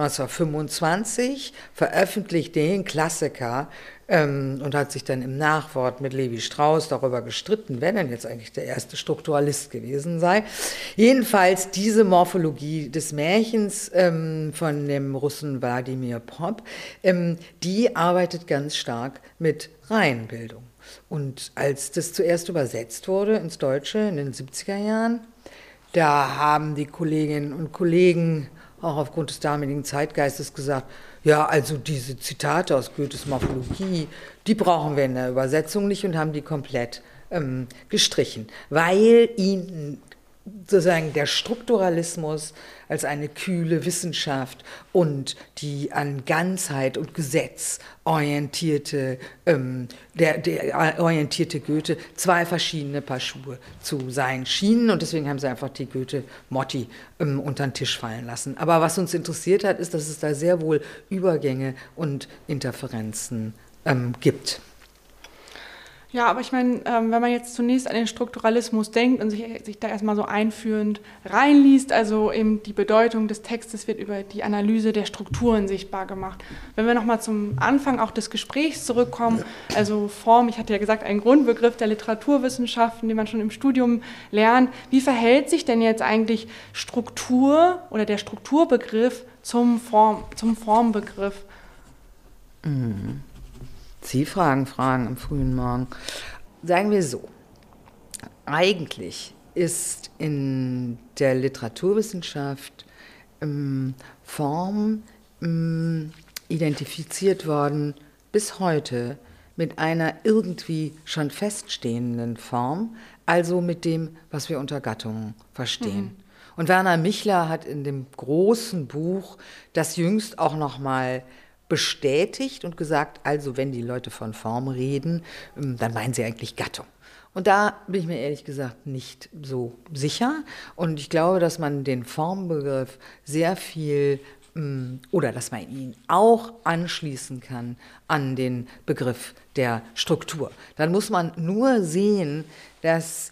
1925 veröffentlicht den Klassiker und hat sich dann im Nachwort mit Levi Strauss darüber gestritten, wer denn jetzt eigentlich der erste Strukturalist gewesen sei. Jedenfalls diese Morphologie des Märchens von dem Russen Wladimir Prop, die arbeitet ganz stark mit Reihenbildung. Und als das zuerst übersetzt wurde ins Deutsche in den 70er Jahren, da haben die Kolleginnen und Kollegen auch aufgrund des damaligen Zeitgeistes gesagt, ja, also diese Zitate aus Goethes Morphologie, die brauchen wir in der Übersetzung nicht und haben die komplett gestrichen, weil ihnen sozusagen der Strukturalismus als eine kühle Wissenschaft und die an Ganzheit und Gesetz orientierte, der orientierte Goethe 2 verschiedene Paar Schuhe zu sein schienen und deswegen haben sie einfach die Goethe-Motti unter den Tisch fallen lassen. Aber was uns interessiert hat, ist, dass es da sehr wohl Übergänge und Interferenzen gibt. Ja, aber ich meine, wenn man jetzt zunächst an den Strukturalismus denkt und sich da erstmal so einführend reinliest, also eben die Bedeutung des Textes wird über die Analyse der Strukturen sichtbar gemacht. Wenn wir nochmal zum Anfang auch des Gesprächs zurückkommen, also Form, ich hatte ja gesagt, ein Grundbegriff der Literaturwissenschaften, den man schon im Studium lernt. Wie verhält sich denn jetzt eigentlich Struktur oder der Strukturbegriff zum Formbegriff? Sie fragen am frühen Morgen. Sagen wir so, eigentlich ist in der Literaturwissenschaft Form identifiziert worden bis heute mit einer irgendwie schon feststehenden Form, also mit dem, was wir unter Gattungen verstehen. Und Werner Michler hat in dem großen Buch das jüngst auch noch mal bestätigt und gesagt, also wenn die Leute von Form reden, dann meinen sie eigentlich Gattung. Und da bin ich mir ehrlich gesagt nicht so sicher. Und ich glaube, dass man den Formbegriff sehr viel oder dass man ihn auch anschließen kann an den Begriff der Struktur. Dann muss man nur sehen, dass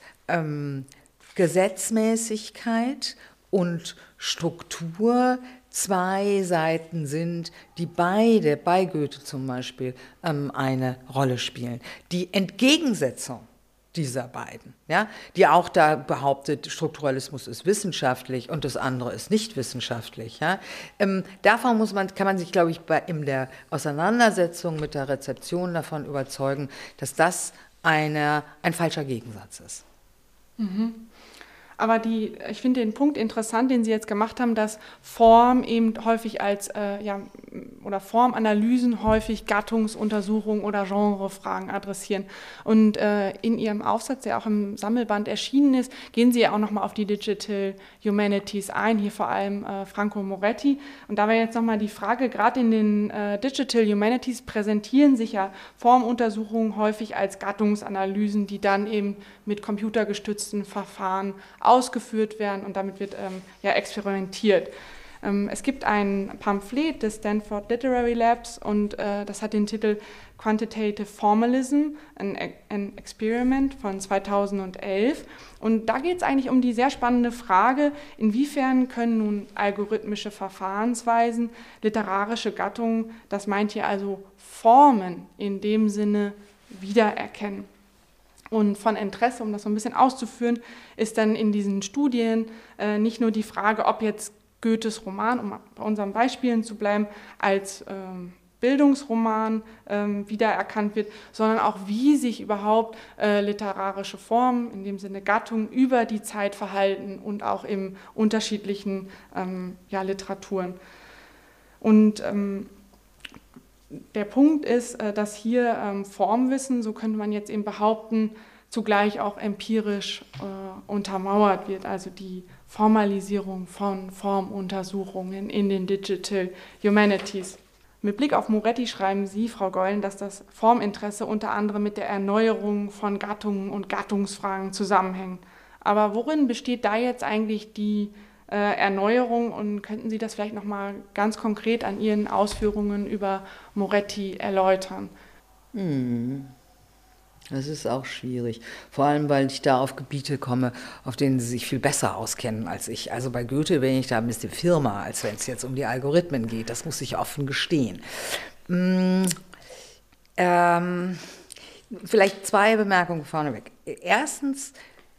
Gesetzmäßigkeit und Struktur 2 Seiten sind, die beide, bei Goethe zum Beispiel, eine Rolle spielen. Die Entgegensetzung dieser beiden, ja, die auch da behauptet, Strukturalismus ist wissenschaftlich und das andere ist nicht wissenschaftlich. Ja. Davon kann man sich, glaube ich, in der Auseinandersetzung mit der Rezeption davon überzeugen, dass das ein falscher Gegensatz ist. Mhm. Aber ich finde den Punkt interessant, den Sie jetzt gemacht haben, dass Form eben häufig oder Formanalysen häufig Gattungsuntersuchungen oder Genrefragen adressieren. Und in Ihrem Aufsatz, der auch im Sammelband erschienen ist, gehen Sie ja auch nochmal auf die Digital Humanities ein, hier vor allem Franco Moretti. Und da wäre jetzt nochmal die Frage, gerade in den Digital Humanities präsentieren sich ja Formuntersuchungen häufig als Gattungsanalysen, die dann eben mit computergestützten Verfahren ausgeführt werden und damit wird experimentiert. Es gibt ein Pamphlet des Stanford Literary Labs und das hat den Titel Quantitative Formalism, an Experiment von 2011. Und da geht es eigentlich um die sehr spannende Frage, inwiefern können nun algorithmische Verfahrensweisen, literarische Gattungen, das meint hier also Formen in dem Sinne, wiedererkennen. Und von Interesse, um das so ein bisschen auszuführen, ist dann in diesen Studien nicht nur die Frage, ob jetzt Goethes Roman, um bei unseren Beispielen zu bleiben, als Bildungsroman wiedererkannt wird, sondern auch, wie sich überhaupt literarische Formen, in dem Sinne Gattungen, über die Zeit verhalten und auch in unterschiedlichen Literaturen. Und der Punkt ist, dass hier Formwissen, so könnte man jetzt eben behaupten, zugleich auch empirisch untermauert wird, also die Formalisierung von Formuntersuchungen in den Digital Humanities. Mit Blick auf Moretti schreiben Sie, Frau Gollen, dass das Forminteresse unter anderem mit der Erneuerung von Gattungen und Gattungsfragen zusammenhängt. Aber worin besteht da jetzt eigentlich die Erneuerung und könnten Sie das vielleicht nochmal ganz konkret an Ihren Ausführungen über Moretti erläutern? Das ist auch schwierig, vor allem, weil ich da auf Gebiete komme, auf denen Sie sich viel besser auskennen als ich. Also bei Goethe bin ich da ein bisschen firmer, als wenn es jetzt um die Algorithmen geht, das muss ich offen gestehen. Vielleicht zwei Bemerkungen vorneweg. Erstens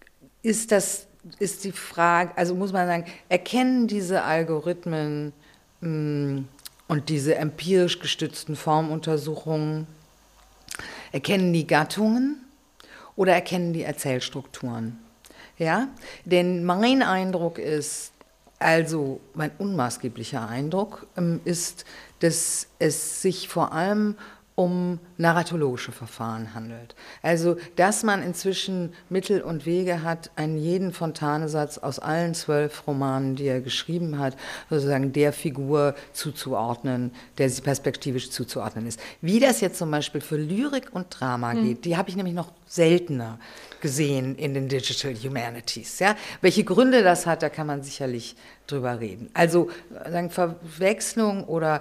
ist die Frage, also muss man sagen, erkennen diese Algorithmen und diese empirisch gestützten Formuntersuchungen, erkennen die Gattungen oder erkennen die Erzählstrukturen? Ja? Denn mein Eindruck ist, also mein unmaßgeblicher Eindruck ist, dass es sich vor allem um narratologische Verfahren handelt. Also, dass man inzwischen Mittel und Wege hat, einen jeden Fontane-Satz aus allen 12 Romanen, die er geschrieben hat, sozusagen der Figur zuzuordnen, der sie perspektivisch zuzuordnen ist. Wie das jetzt zum Beispiel für Lyrik und Drama geht, die habe ich nämlich noch seltener gesehen in den Digital Humanities. Ja? Welche Gründe das hat, da kann man sicherlich drüber reden. Also, sagen, Verwechslung oder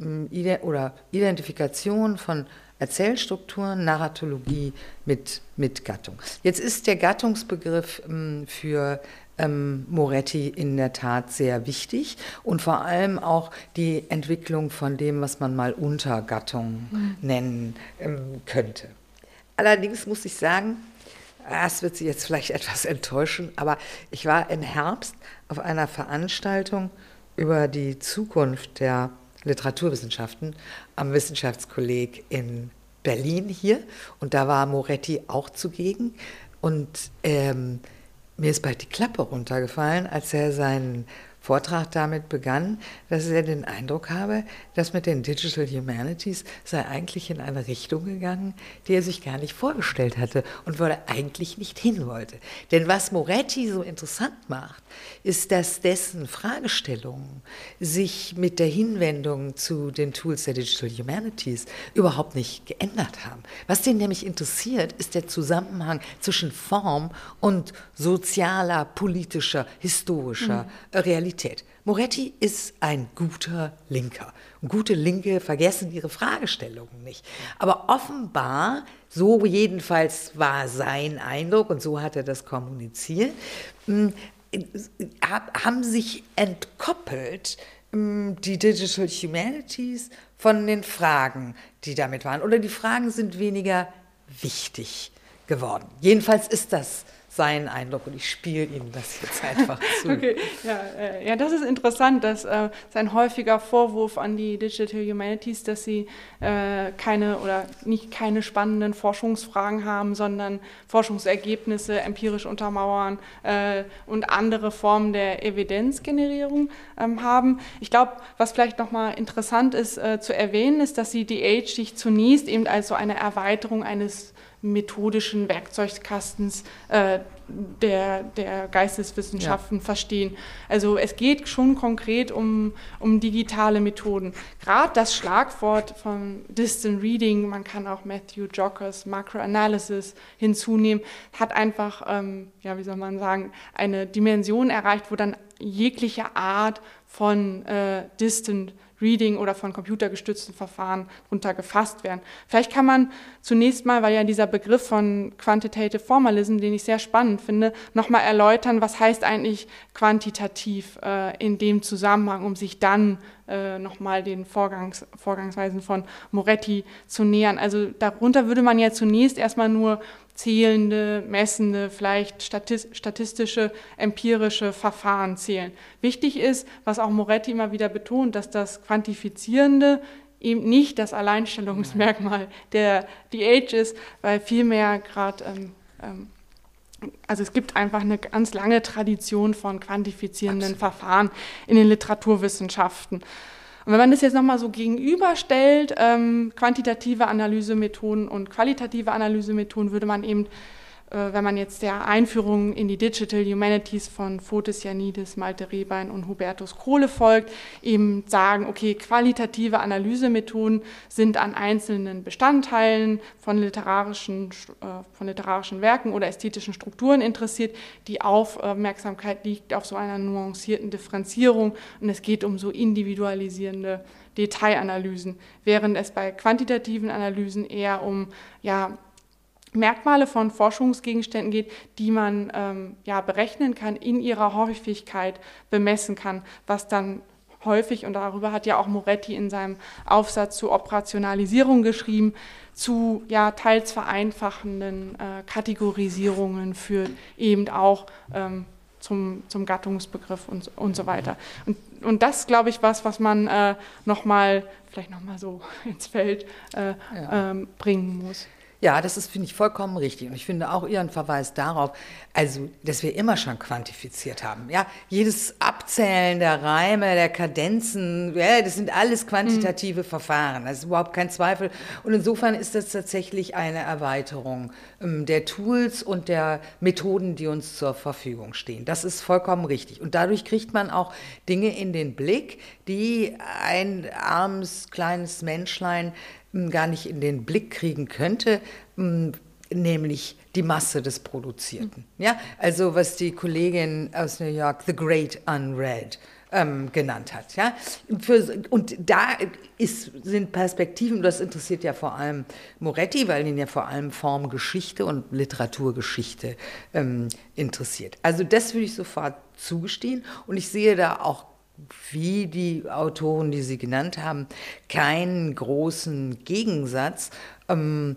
Identifikation von Erzählstrukturen, Narratologie mit Gattung. Jetzt ist der Gattungsbegriff für Moretti in der Tat sehr wichtig und vor allem auch die Entwicklung von dem, was man mal Untergattung nennen könnte. Allerdings muss ich sagen, das wird Sie jetzt vielleicht etwas enttäuschen, aber ich war im Herbst auf einer Veranstaltung über die Zukunft der Literaturwissenschaften am Wissenschaftskolleg in Berlin hier und da war Moretti auch zugegen und mir ist bald die Klappe runtergefallen, als er seinen Vortrag damit begann, dass er den Eindruck habe, dass mit den Digital Humanities sei eigentlich in eine Richtung gegangen, die er sich gar nicht vorgestellt hatte und wo er eigentlich nicht hin wollte. Denn was Moretti so interessant macht, ist, dass dessen Fragestellungen sich mit der Hinwendung zu den Tools der Digital Humanities überhaupt nicht geändert haben. Was den nämlich interessiert, ist der Zusammenhang zwischen Form und sozialer, politischer, historischer Realität. Moretti ist ein guter Linker. Und gute Linke vergessen ihre Fragestellungen nicht. Aber offenbar, so jedenfalls war sein Eindruck und so hat er das kommuniziert, haben sich entkoppelt die Digital Humanities von den Fragen, die damit waren. Oder die Fragen sind weniger wichtig geworden. Jedenfalls ist das sein Eindruck und ich spiele Ihnen das jetzt einfach zu. Okay, ja, das ist interessant, dass ist ein häufiger Vorwurf an die Digital Humanities, dass sie keine spannenden Forschungsfragen haben, sondern Forschungsergebnisse empirisch untermauern und andere Formen der Evidenzgenerierung haben. Ich glaube, was vielleicht nochmal interessant ist zu erwähnen, ist, dass sie die Age sich zunächst eben als so eine Erweiterung eines methodischen Werkzeugkastens der Geisteswissenschaften verstehen. Also es geht schon konkret um digitale Methoden. Gerade das Schlagwort von Distant Reading, man kann auch Matthew Jockers Macroanalysis hinzunehmen, hat einfach, eine Dimension erreicht, wo dann jegliche Art von Distant Reading oder von computergestützten Verfahren drunter gefasst werden. Vielleicht kann man zunächst mal, weil ja dieser Begriff von Quantitative Formalism, den ich sehr spannend finde, nochmal erläutern, was heißt eigentlich quantitativ in dem Zusammenhang, um sich dann nochmal den Vorgangsweisen von Moretti zu nähern. Also darunter würde man ja zunächst erstmal nur zählende, messende, vielleicht statistische, empirische Verfahren zählen. Wichtig ist, was auch Moretti immer wieder betont, dass das Quantifizierende eben nicht das Alleinstellungsmerkmal der Age ist, weil vielmehr gerade, also es gibt einfach eine ganz lange Tradition von quantifizierenden Verfahren in den Literaturwissenschaften. Und wenn man das jetzt nochmal so gegenüberstellt, quantitative Analysemethoden und qualitative Analysemethoden, würde man eben, wenn man jetzt der Einführung in die Digital Humanities von Fotis Ioannidis, Malte Rehbein und Hubertus Kohle folgt, eben sagen, okay, qualitative Analysemethoden sind an einzelnen Bestandteilen von literarischen Werken oder ästhetischen Strukturen interessiert. Die Aufmerksamkeit liegt auf so einer nuancierten Differenzierung und es geht um so individualisierende Detailanalysen, während es bei quantitativen Analysen eher um Merkmale von Forschungsgegenständen geht, die man berechnen kann, in ihrer Häufigkeit bemessen kann, was dann häufig, und darüber hat ja auch Moretti in seinem Aufsatz zur Operationalisierung geschrieben, zu teils vereinfachenden Kategorisierungen führt, eben auch zum Gattungsbegriff und so weiter. Und das, glaube ich, was man vielleicht nochmal so ins Feld bringen muss. Ja, das ist, finde ich, vollkommen richtig. Und ich finde auch Ihren Verweis darauf, also, dass wir immer schon quantifiziert haben. Ja, jedes Abzählen der Reime, der Kadenzen, das sind alles quantitative Verfahren. Das ist überhaupt kein Zweifel. Und insofern ist das tatsächlich eine Erweiterung der Tools und der Methoden, die uns zur Verfügung stehen. Das ist vollkommen richtig. Und dadurch kriegt man auch Dinge in den Blick, die ein armes, kleines Menschlein gar nicht in den Blick kriegen könnte, nämlich die Masse des Produzierten. Ja, also was die Kollegin aus New York The Great Unread genannt hat. Ja? Und da sind Perspektiven, das interessiert ja vor allem Moretti, weil ihn ja vor allem Formgeschichte und Literaturgeschichte interessiert. Also das würde ich sofort zugestehen und ich sehe da auch, wie die Autoren, die Sie genannt haben, keinen großen Gegensatz und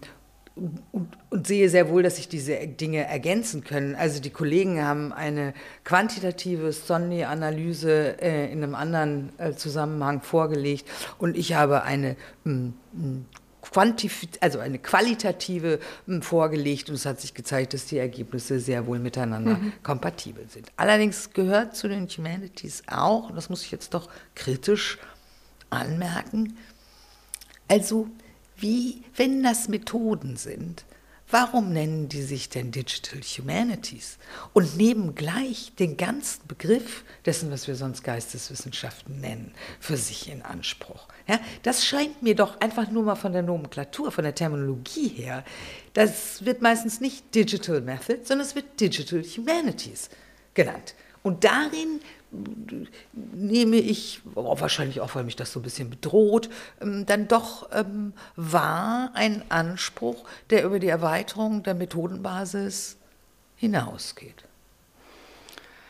sehe sehr wohl, dass sich diese Dinge ergänzen können. Also die Kollegen haben eine quantitative Sonny-Analyse in einem anderen Zusammenhang vorgelegt und ich habe eine qualitative vorgelegt und es hat sich gezeigt, dass die Ergebnisse sehr wohl miteinander kompatibel sind. Allerdings gehört zu den Humanities auch, und das muss ich jetzt doch kritisch anmerken, also wenn das Methoden sind, warum nennen die sich denn Digital Humanities und nehmen gleich den ganzen Begriff dessen, was wir sonst Geisteswissenschaften nennen, für sich in Anspruch? Ja, das scheint mir doch einfach nur mal von der Nomenklatur, von der Terminologie her, das wird meistens nicht Digital Method, sondern es wird Digital Humanities genannt. Und darin nehme ich, wahrscheinlich auch, weil mich das so ein bisschen bedroht, dann doch wahr ein Anspruch, der über die Erweiterung der Methodenbasis hinausgeht.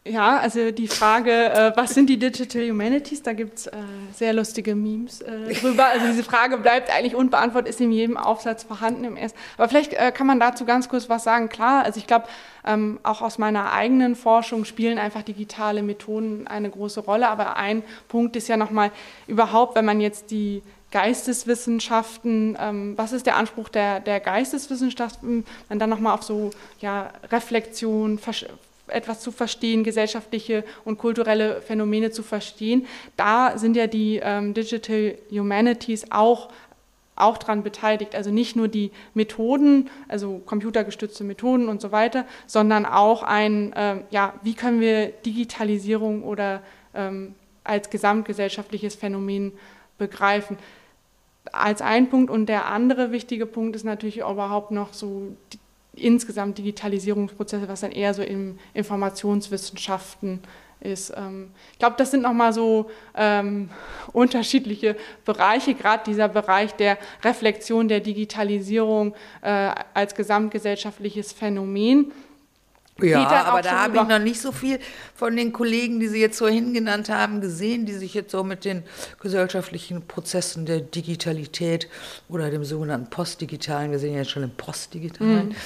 Ja, also die Frage, was sind die Digital Humanities, da gibt es sehr lustige Memes drüber. Also diese Frage bleibt eigentlich unbeantwortet, ist in jedem Aufsatz vorhanden im ersten. Aber vielleicht kann man dazu ganz kurz was sagen. Klar, also ich glaube, auch aus meiner eigenen Forschung spielen einfach digitale Methoden eine große Rolle. Aber ein Punkt ist ja nochmal überhaupt, wenn man jetzt die Geisteswissenschaften, was ist der Anspruch der Geisteswissenschaften, man dann nochmal auf so Reflexion, etwas zu verstehen, gesellschaftliche und kulturelle Phänomene zu verstehen. Da sind ja die Digital Humanities auch daran beteiligt. Also nicht nur die Methoden, also computergestützte Methoden und so weiter, sondern auch wie können wir Digitalisierung oder als gesamtgesellschaftliches Phänomen begreifen. Als ein Punkt, und der andere wichtige Punkt ist natürlich überhaupt noch so insgesamt Digitalisierungsprozesse, was dann eher so in Informationswissenschaften ist. Ich glaube, das sind nochmal so unterschiedliche Bereiche, gerade dieser Bereich der Reflexion der Digitalisierung als gesamtgesellschaftliches Phänomen. Ja, aber da habe ich noch nicht so viel von den Kollegen, die Sie jetzt so hingenannt haben, gesehen, die sich jetzt so mit den gesellschaftlichen Prozessen der Digitalität oder dem sogenannten Postdigitalen, wir sind ja jetzt schon im Postdigitalen,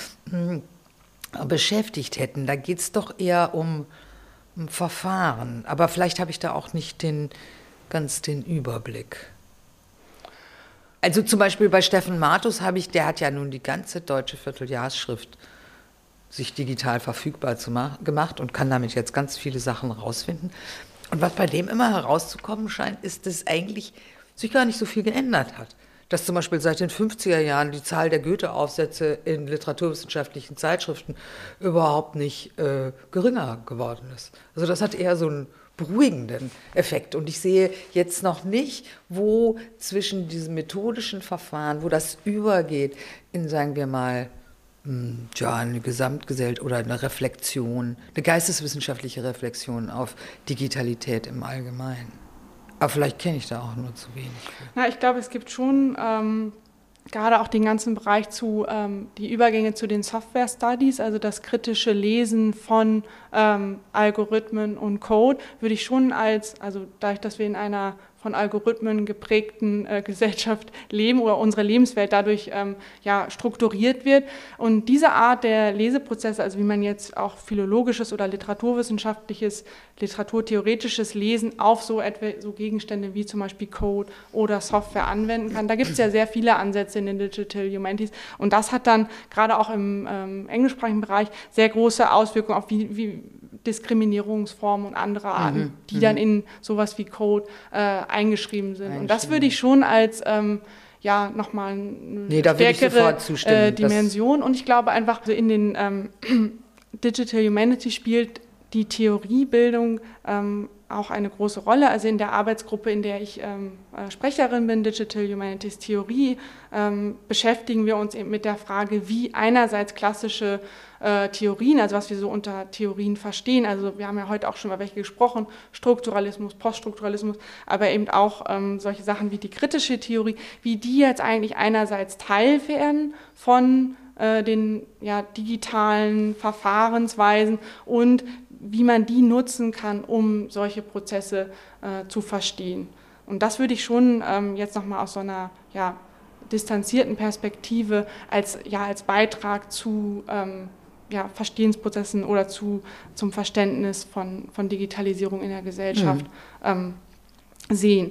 beschäftigt hätten. Da geht es doch eher um Verfahren. Aber vielleicht habe ich da auch nicht ganz den Überblick. Also zum Beispiel bei Steffen Martus der hat ja nun die ganze deutsche Vierteljahrsschrift sich digital verfügbar gemacht und kann damit jetzt ganz viele Sachen rausfinden. Und was bei dem immer herauszukommen scheint, ist, dass eigentlich sich gar nicht so viel geändert hat. Dass zum Beispiel seit den 50er Jahren die Zahl der Goethe-Aufsätze in literaturwissenschaftlichen Zeitschriften überhaupt nicht geringer geworden ist. Also das hat eher so einen beruhigenden Effekt. Und ich sehe jetzt noch nicht, wo zwischen diesen methodischen Verfahren, wo das übergeht in, sagen wir mal, eine Gesamtgesellschaft oder eine Reflexion, eine geisteswissenschaftliche Reflexion auf Digitalität im Allgemeinen. Aber vielleicht kenne ich da auch nur zu wenig. Na, ich glaube, es gibt schon gerade auch den ganzen Bereich die Übergänge zu den Software Studies, also das kritische Lesen von Algorithmen und Code, würde ich schon also dadurch, dass wir in einer von Algorithmen geprägten Gesellschaft leben oder unsere Lebenswelt dadurch strukturiert wird. Und diese Art der Leseprozesse, also wie man jetzt auch philologisches oder literaturwissenschaftliches, literaturtheoretisches Lesen auf so Gegenstände wie zum Beispiel Code oder Software anwenden kann, da gibt es ja sehr viele Ansätze in den Digital Humanities. Und das hat dann gerade auch im englischsprachigen Bereich sehr große Auswirkungen auf wie Diskriminierungsformen und andere Arten, die dann in sowas wie Code eingeschrieben sind. Und das würde ich schon als nochmal eine stärkere Dimension. Und ich glaube einfach, so in den Digital Humanities spielt die Theoriebildung auch eine große Rolle. Also in der Arbeitsgruppe, in der ich Sprecherin bin, Digital Humanities Theorie, beschäftigen wir uns eben mit der Frage, wie einerseits klassische Theorien, also was wir so unter Theorien verstehen, also wir haben ja heute auch schon über welche gesprochen, Strukturalismus, Poststrukturalismus, aber eben auch solche Sachen wie die kritische Theorie, wie die jetzt eigentlich einerseits Teil werden von den digitalen Verfahrensweisen und wie man die nutzen kann, um solche Prozesse zu verstehen. Und das würde ich schon jetzt nochmal aus so einer distanzierten Perspektive als Beitrag zu Verstehensprozessen oder zum Verständnis von Digitalisierung in der Gesellschaft sehen.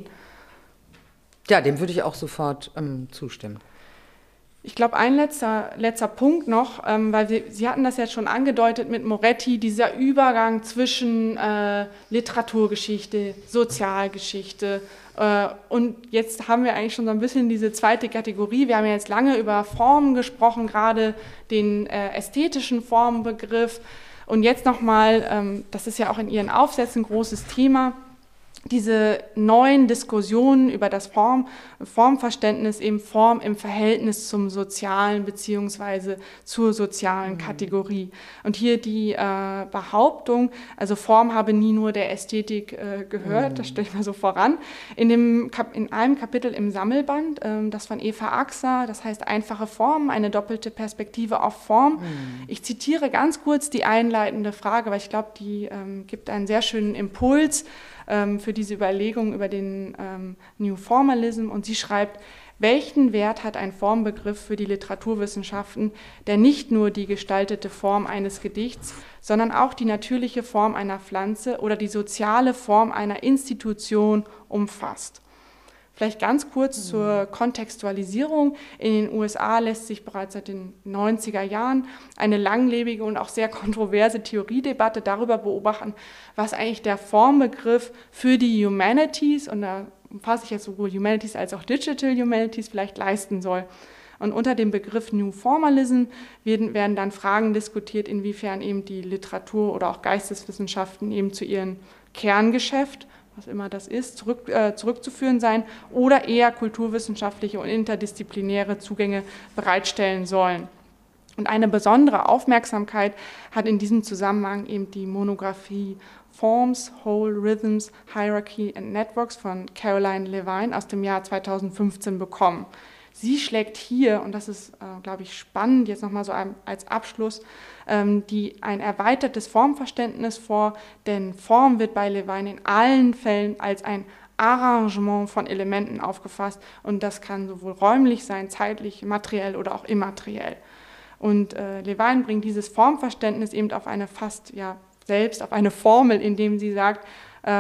Ja, dem würde ich auch sofort zustimmen. Ich glaube, ein letzter Punkt noch, weil Sie hatten das jetzt schon angedeutet mit Moretti, dieser Übergang zwischen Literaturgeschichte, Sozialgeschichte und jetzt haben wir eigentlich schon so ein bisschen diese zweite Kategorie. Wir haben ja jetzt lange über Formen gesprochen, gerade den ästhetischen Formenbegriff und jetzt nochmal, das ist ja auch in Ihren Aufsätzen ein großes Thema, diese neuen Diskussionen über das Formverständnis, eben Form im Verhältnis zum Sozialen beziehungsweise zur sozialen Kategorie. Und hier die Behauptung, also Form habe nie nur der Ästhetik gehört, das stelle ich mal so voran, in einem Kapitel im Sammelband, das von Eva Axa, das heißt Einfache Formen, eine doppelte Perspektive auf Form. Ich zitiere ganz kurz die einleitende Frage, weil ich glaube, die gibt einen sehr schönen Impuls für diese Überlegung über den New Formalism, und sie schreibt: Welchen Wert hat ein Formbegriff für die Literaturwissenschaften, der nicht nur die gestaltete Form eines Gedichts, sondern auch die natürliche Form einer Pflanze oder die soziale Form einer Institution umfasst? Vielleicht ganz kurz zur Kontextualisierung. In den USA lässt sich bereits seit den 90er Jahren eine langlebige und auch sehr kontroverse Theoriedebatte darüber beobachten, was eigentlich der Formbegriff für die Humanities, und da umfasse ich jetzt sowohl Humanities als auch Digital Humanities, vielleicht leisten soll. Und unter dem Begriff New Formalism werden dann Fragen diskutiert, inwiefern eben die Literatur oder auch Geisteswissenschaften eben zu ihrem Kerngeschäft, was immer das ist, zurückzuführen sein oder eher kulturwissenschaftliche und interdisziplinäre Zugänge bereitstellen sollen. Und eine besondere Aufmerksamkeit hat in diesem Zusammenhang eben die Monographie Forms, Whole Rhythms, Hierarchy and Networks von Caroline Levine aus dem Jahr 2015 bekommen. Sie schlägt hier, und das ist, glaube ich, spannend, jetzt nochmal so als Abschluss, ein erweitertes Formverständnis vor, denn Form wird bei Levine in allen Fällen als ein Arrangement von Elementen aufgefasst, und das kann sowohl räumlich sein, zeitlich, materiell oder auch immateriell. Und Levine bringt dieses Formverständnis eben auf eine selbst auf eine Formel, indem sie sagt,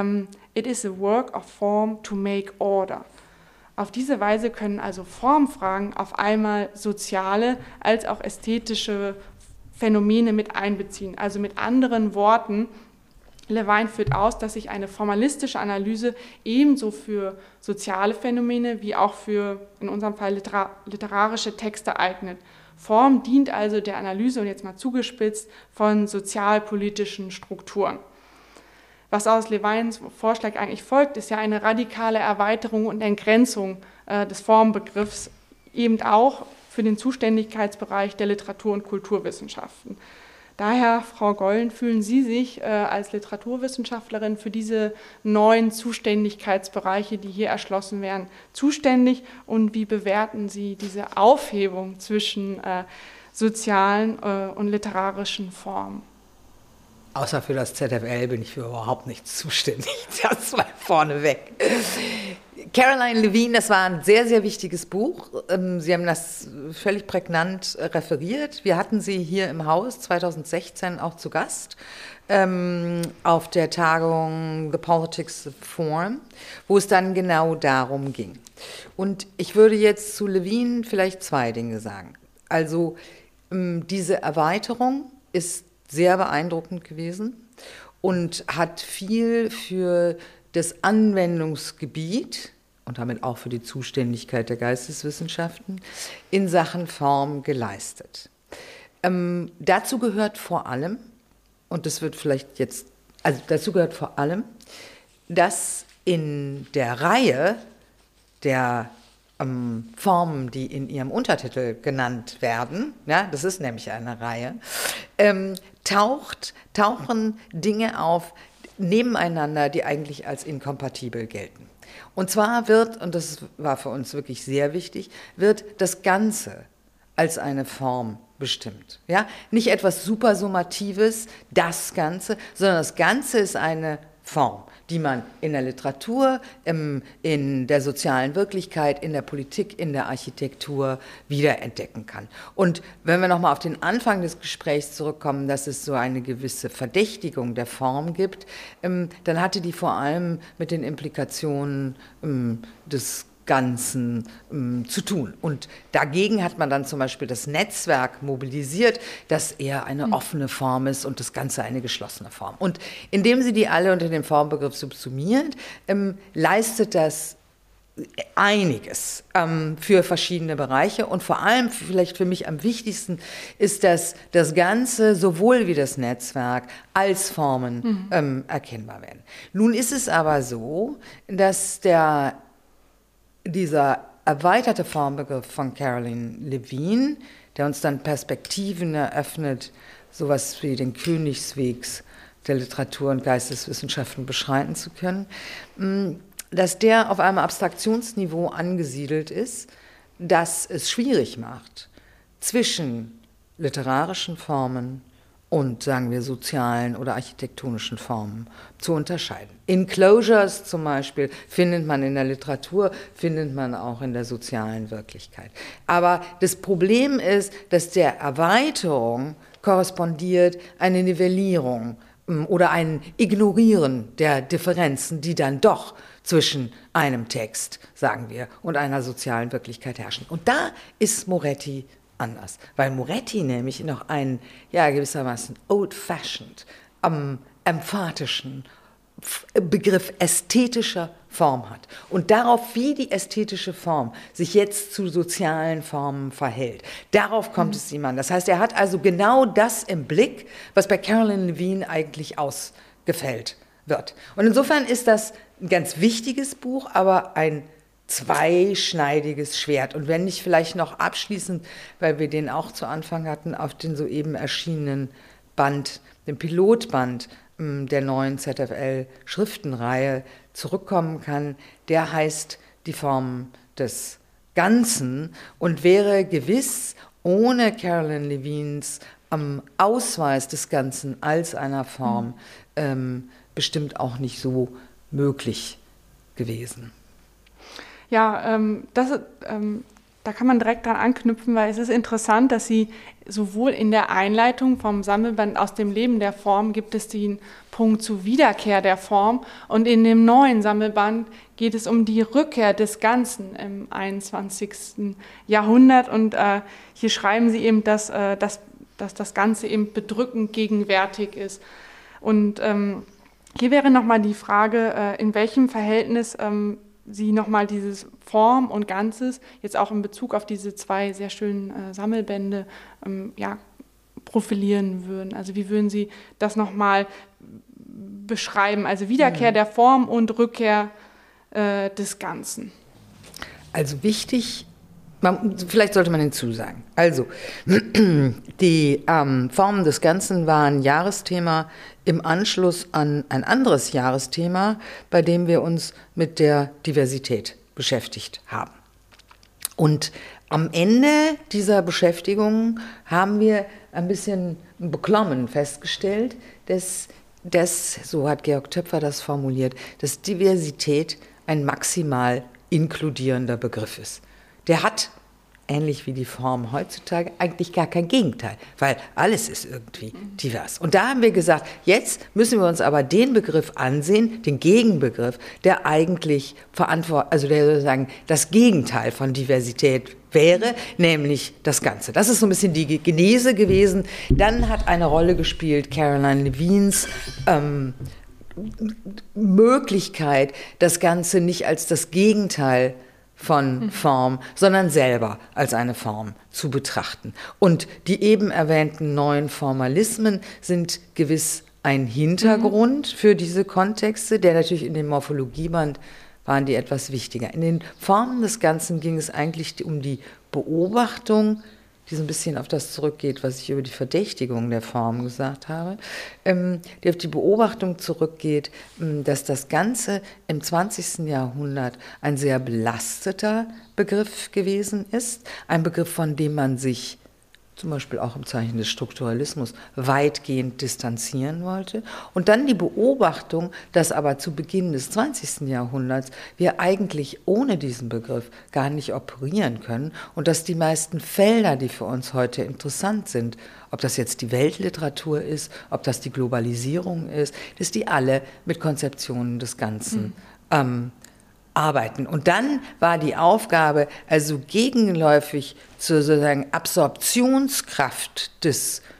it is a work of form to make order. Auf diese Weise können also Formfragen auf einmal soziale als auch ästhetische Phänomene mit einbeziehen. Also mit anderen Worten, Levine führt aus, dass sich eine formalistische Analyse ebenso für soziale Phänomene wie auch für, in unserem Fall, literarische Texte eignet. Form dient also der Analyse, und jetzt mal zugespitzt, von sozialpolitischen Strukturen. Was aus Levines Vorschlag eigentlich folgt, ist ja eine radikale Erweiterung und Entgrenzung des Formbegriffs, eben auch für den Zuständigkeitsbereich der Literatur- und Kulturwissenschaften. Daher, Frau Gollen, fühlen Sie sich als Literaturwissenschaftlerin für diese neuen Zuständigkeitsbereiche, die hier erschlossen werden, zuständig, und wie bewerten Sie diese Aufhebung zwischen sozialen und literarischen Formen? Außer für das ZFL bin ich für überhaupt nichts zuständig. Das war vorneweg. Caroline Levine, das war ein sehr, sehr wichtiges Buch. Sie haben das völlig prägnant referiert. Wir hatten sie hier im Haus 2016 auch zu Gast auf der Tagung The Politics of Form, wo es dann genau darum ging. Und ich würde jetzt zu Levine vielleicht zwei Dinge sagen. Also diese Erweiterung ist sehr beeindruckend gewesen und hat viel für das Anwendungsgebiet und damit auch für die Zuständigkeit der Geisteswissenschaften in Sachen Form geleistet. Dazu gehört vor allem, und das wird vielleicht jetzt, also dazu gehört vor allem, dass in der Reihe der Formen, die in ihrem Untertitel genannt werden, ja, das ist nämlich eine Reihe, tauchen Dinge auf nebeneinander, die eigentlich als inkompatibel gelten. Und zwar wird, und das war für uns wirklich sehr wichtig, wird das Ganze als eine Form bestimmt. Ja? Nicht etwas Supersummatives, das Ganze, sondern das Ganze ist eine Form, die man in der Literatur, in der sozialen Wirklichkeit, in der Politik, in der Architektur wiederentdecken kann. Und wenn wir nochmal auf den Anfang des Gesprächs zurückkommen, dass es so eine gewisse Verdächtigung der Form gibt, dann hatte die vor allem mit den Implikationen des Ganzen zu tun. Und dagegen hat man dann zum Beispiel das Netzwerk mobilisiert, das eher eine offene Form ist und das Ganze eine geschlossene Form. Und indem sie die alle unter dem Formbegriff subsumiert, leistet das einiges für verschiedene Bereiche und vor allem vielleicht für mich am wichtigsten ist, dass das Ganze sowohl wie das Netzwerk als Formen erkennbar werden. Nun ist es aber so, dass dieser erweiterte Formbegriff von Caroline Levine, der uns dann Perspektiven eröffnet, sowas wie den Königswegs der Literatur- und Geisteswissenschaften beschreiten zu können, dass der auf einem Abstraktionsniveau angesiedelt ist, das es schwierig macht, zwischen literarischen Formen und, sagen wir, sozialen oder architektonischen Formen zu unterscheiden. Enclosures zum Beispiel findet man in der Literatur, findet man auch in der sozialen Wirklichkeit. Aber das Problem ist, dass der Erweiterung korrespondiert eine Nivellierung oder ein Ignorieren der Differenzen, die dann doch zwischen einem Text, sagen wir, und einer sozialen Wirklichkeit herrschen. Und da ist Moretti anders, weil Moretti nämlich noch einen, ja, gewissermaßen old-fashioned, emphatischen Begriff ästhetischer Form hat und darauf, wie die ästhetische Form sich jetzt zu sozialen Formen verhält. Darauf kommt es ihm an. Das heißt, er hat also genau das im Blick, was bei Caroline Levine eigentlich ausgefällt wird. Und insofern ist das ein ganz wichtiges Buch, aber ein zweischneidiges Schwert. Und wenn ich vielleicht noch abschließend, weil wir den auch zu Anfang hatten, auf den soeben erschienenen Band, den Pilotband der neuen ZFL-Schriftenreihe zurückkommen kann, der heißt Die Form des Ganzen und wäre gewiss ohne Caroline Levines Ausweis des Ganzen als einer Form bestimmt auch nicht so möglich gewesen. Ja, da kann man direkt dran anknüpfen, weil es ist interessant, dass Sie sowohl in der Einleitung vom Sammelband Aus dem Leben der Form gibt es den Punkt zur Wiederkehr der Form und in dem neuen Sammelband geht es um die Rückkehr des Ganzen im 21. Jahrhundert und hier schreiben Sie eben, dass das Ganze eben bedrückend gegenwärtig ist. Und hier wäre nochmal die Frage, in welchem Verhältnis Sie nochmal dieses Form und Ganzes, jetzt auch in Bezug auf diese zwei sehr schönen Sammelbände, profilieren würden. Also wie würden Sie das nochmal beschreiben? Also Wiederkehr der Form und Rückkehr des Ganzen. Also wichtig, vielleicht sollte man hinzusagen. Also die Formen des Ganzen waren Jahresthema im Anschluss an ein anderes Jahresthema, bei dem wir uns mit der Diversität beschäftigt haben. Und am Ende dieser Beschäftigung haben wir ein bisschen beklommen festgestellt, dass, so hat Georg Töpfer das formuliert, dass Diversität ein maximal inkludierender Begriff ist. Der hat, ähnlich wie die Form heutzutage, eigentlich gar kein Gegenteil, weil alles ist irgendwie divers. Und da haben wir gesagt, jetzt müssen wir uns aber den Begriff ansehen, den Gegenbegriff, der eigentlich der sozusagen das Gegenteil von Diversität wäre, nämlich das Ganze. Das ist so ein bisschen die Genese gewesen. Dann hat eine Rolle gespielt Caroline Levines Möglichkeit, das Ganze nicht als das Gegenteil von Form, sondern selber als eine Form zu betrachten. Und die eben erwähnten neuen Formalismen sind gewiss ein Hintergrund für diese Kontexte, der natürlich in dem Morphologieband waren die etwas wichtiger. In den Formen des Ganzen ging es eigentlich um die Beobachtung, die so ein bisschen auf das zurückgeht, was ich über die Verdächtigung der Form gesagt habe, die auf die Beobachtung zurückgeht, dass das Ganze im 20. Jahrhundert ein sehr belasteter Begriff gewesen ist, ein Begriff, von dem man sich zum Beispiel auch im Zeichen des Strukturalismus weitgehend distanzieren wollte. Und dann die Beobachtung, dass aber zu Beginn des 20. Jahrhunderts wir eigentlich ohne diesen Begriff gar nicht operieren können und dass die meisten Felder, die für uns heute interessant sind, ob das jetzt die Weltliteratur ist, ob das die Globalisierung ist, dass die alle mit Konzeptionen des Ganzen arbeiten. Und dann war die Aufgabe, also gegenläufig zur sozusagen Absorptionskraft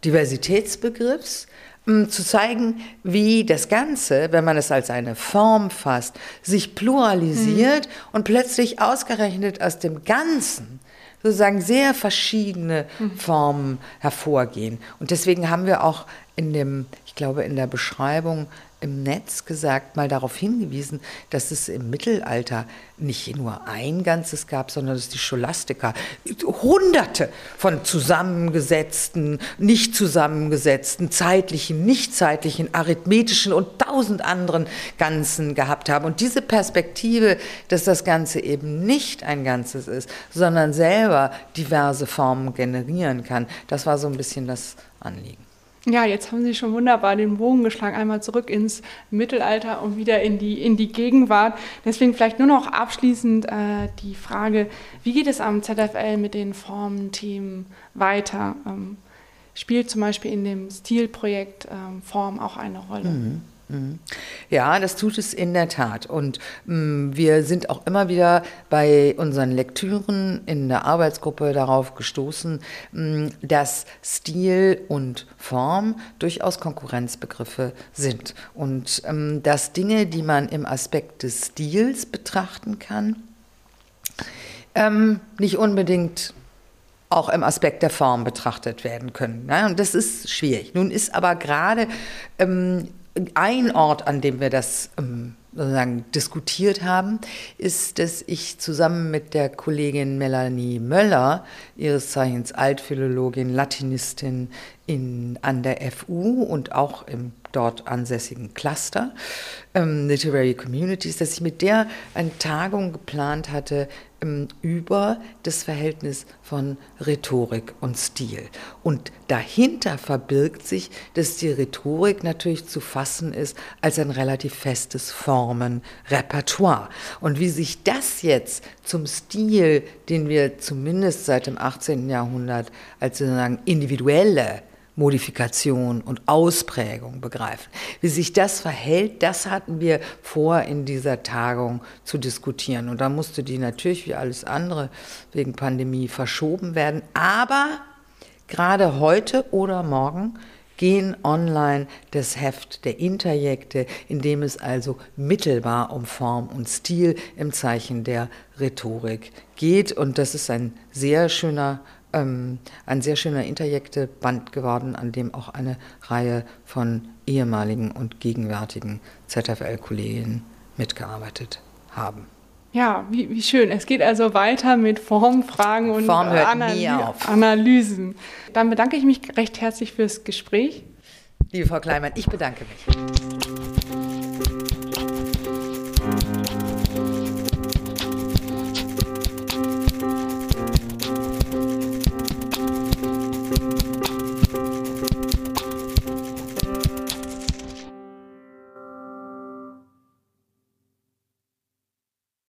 Diversitätsbegriffs, zu zeigen, wie das Ganze, wenn man es als eine Form fasst, sich pluralisiert und plötzlich ausgerechnet aus dem Ganzen sozusagen sehr verschiedene Formen hervorgehen. Und deswegen haben wir auch in der Beschreibung im Netz gesagt, mal darauf hingewiesen, dass es im Mittelalter nicht nur ein Ganzes gab, sondern dass die Scholastiker Hunderte von zusammengesetzten, nicht zusammengesetzten, zeitlichen, nicht zeitlichen, arithmetischen und 1000 anderen Ganzen gehabt haben. Und diese Perspektive, dass das Ganze eben nicht ein Ganzes ist, sondern selber diverse Formen generieren kann, das war so ein bisschen das Anliegen. Ja, jetzt haben Sie schon wunderbar den Bogen geschlagen, einmal zurück ins Mittelalter und wieder in die Gegenwart. Deswegen vielleicht nur noch abschließend die Frage, wie geht es am ZFL mit den Formenthemen weiter? Spielt zum Beispiel in dem Stilprojekt Form auch eine Rolle? Ja, das tut es in der Tat. Und wir sind auch immer wieder bei unseren Lektüren in der Arbeitsgruppe darauf gestoßen, dass Stil und Form durchaus Konkurrenzbegriffe sind. Und dass Dinge, die man im Aspekt des Stils betrachten kann, nicht unbedingt auch im Aspekt der Form betrachtet werden können. Ja, und das ist schwierig. Nun ist aber gerade ein Ort, an dem wir das sozusagen diskutiert haben, ist, dass ich zusammen mit der Kollegin Melanie Möller, ihres Zeichens Altphilologin, Latinistin an der FU und auch im dort ansässigen Cluster, Literary Communities, dass ich mit der eine Tagung geplant hatte über das Verhältnis von Rhetorik und Stil. Und dahinter verbirgt sich, dass die Rhetorik natürlich zu fassen ist als ein relativ festes Formenrepertoire. Und wie sich das jetzt zum Stil, den wir zumindest seit dem 18. Jahrhundert als sozusagen individuelle Modifikation und Ausprägung begreifen. Wie sich das verhält, das hatten wir vor, in dieser Tagung zu diskutieren. Und da musste die natürlich wie alles andere wegen Pandemie verschoben werden. Aber gerade heute oder morgen gehen online das Heft der Interjekte, in dem es also mittelbar um Form und Stil im Zeichen der Rhetorik geht. Und das ist ein sehr schöner Interjekte-Band geworden, an dem auch eine Reihe von ehemaligen und gegenwärtigen ZFL-Kolleginnen mitgearbeitet haben. Ja, wie schön. Es geht also weiter mit Formfragen und Form hört nie auf. Analysen. Dann bedanke ich mich recht herzlich fürs Gespräch. Liebe Frau Kleinmann, ich bedanke mich.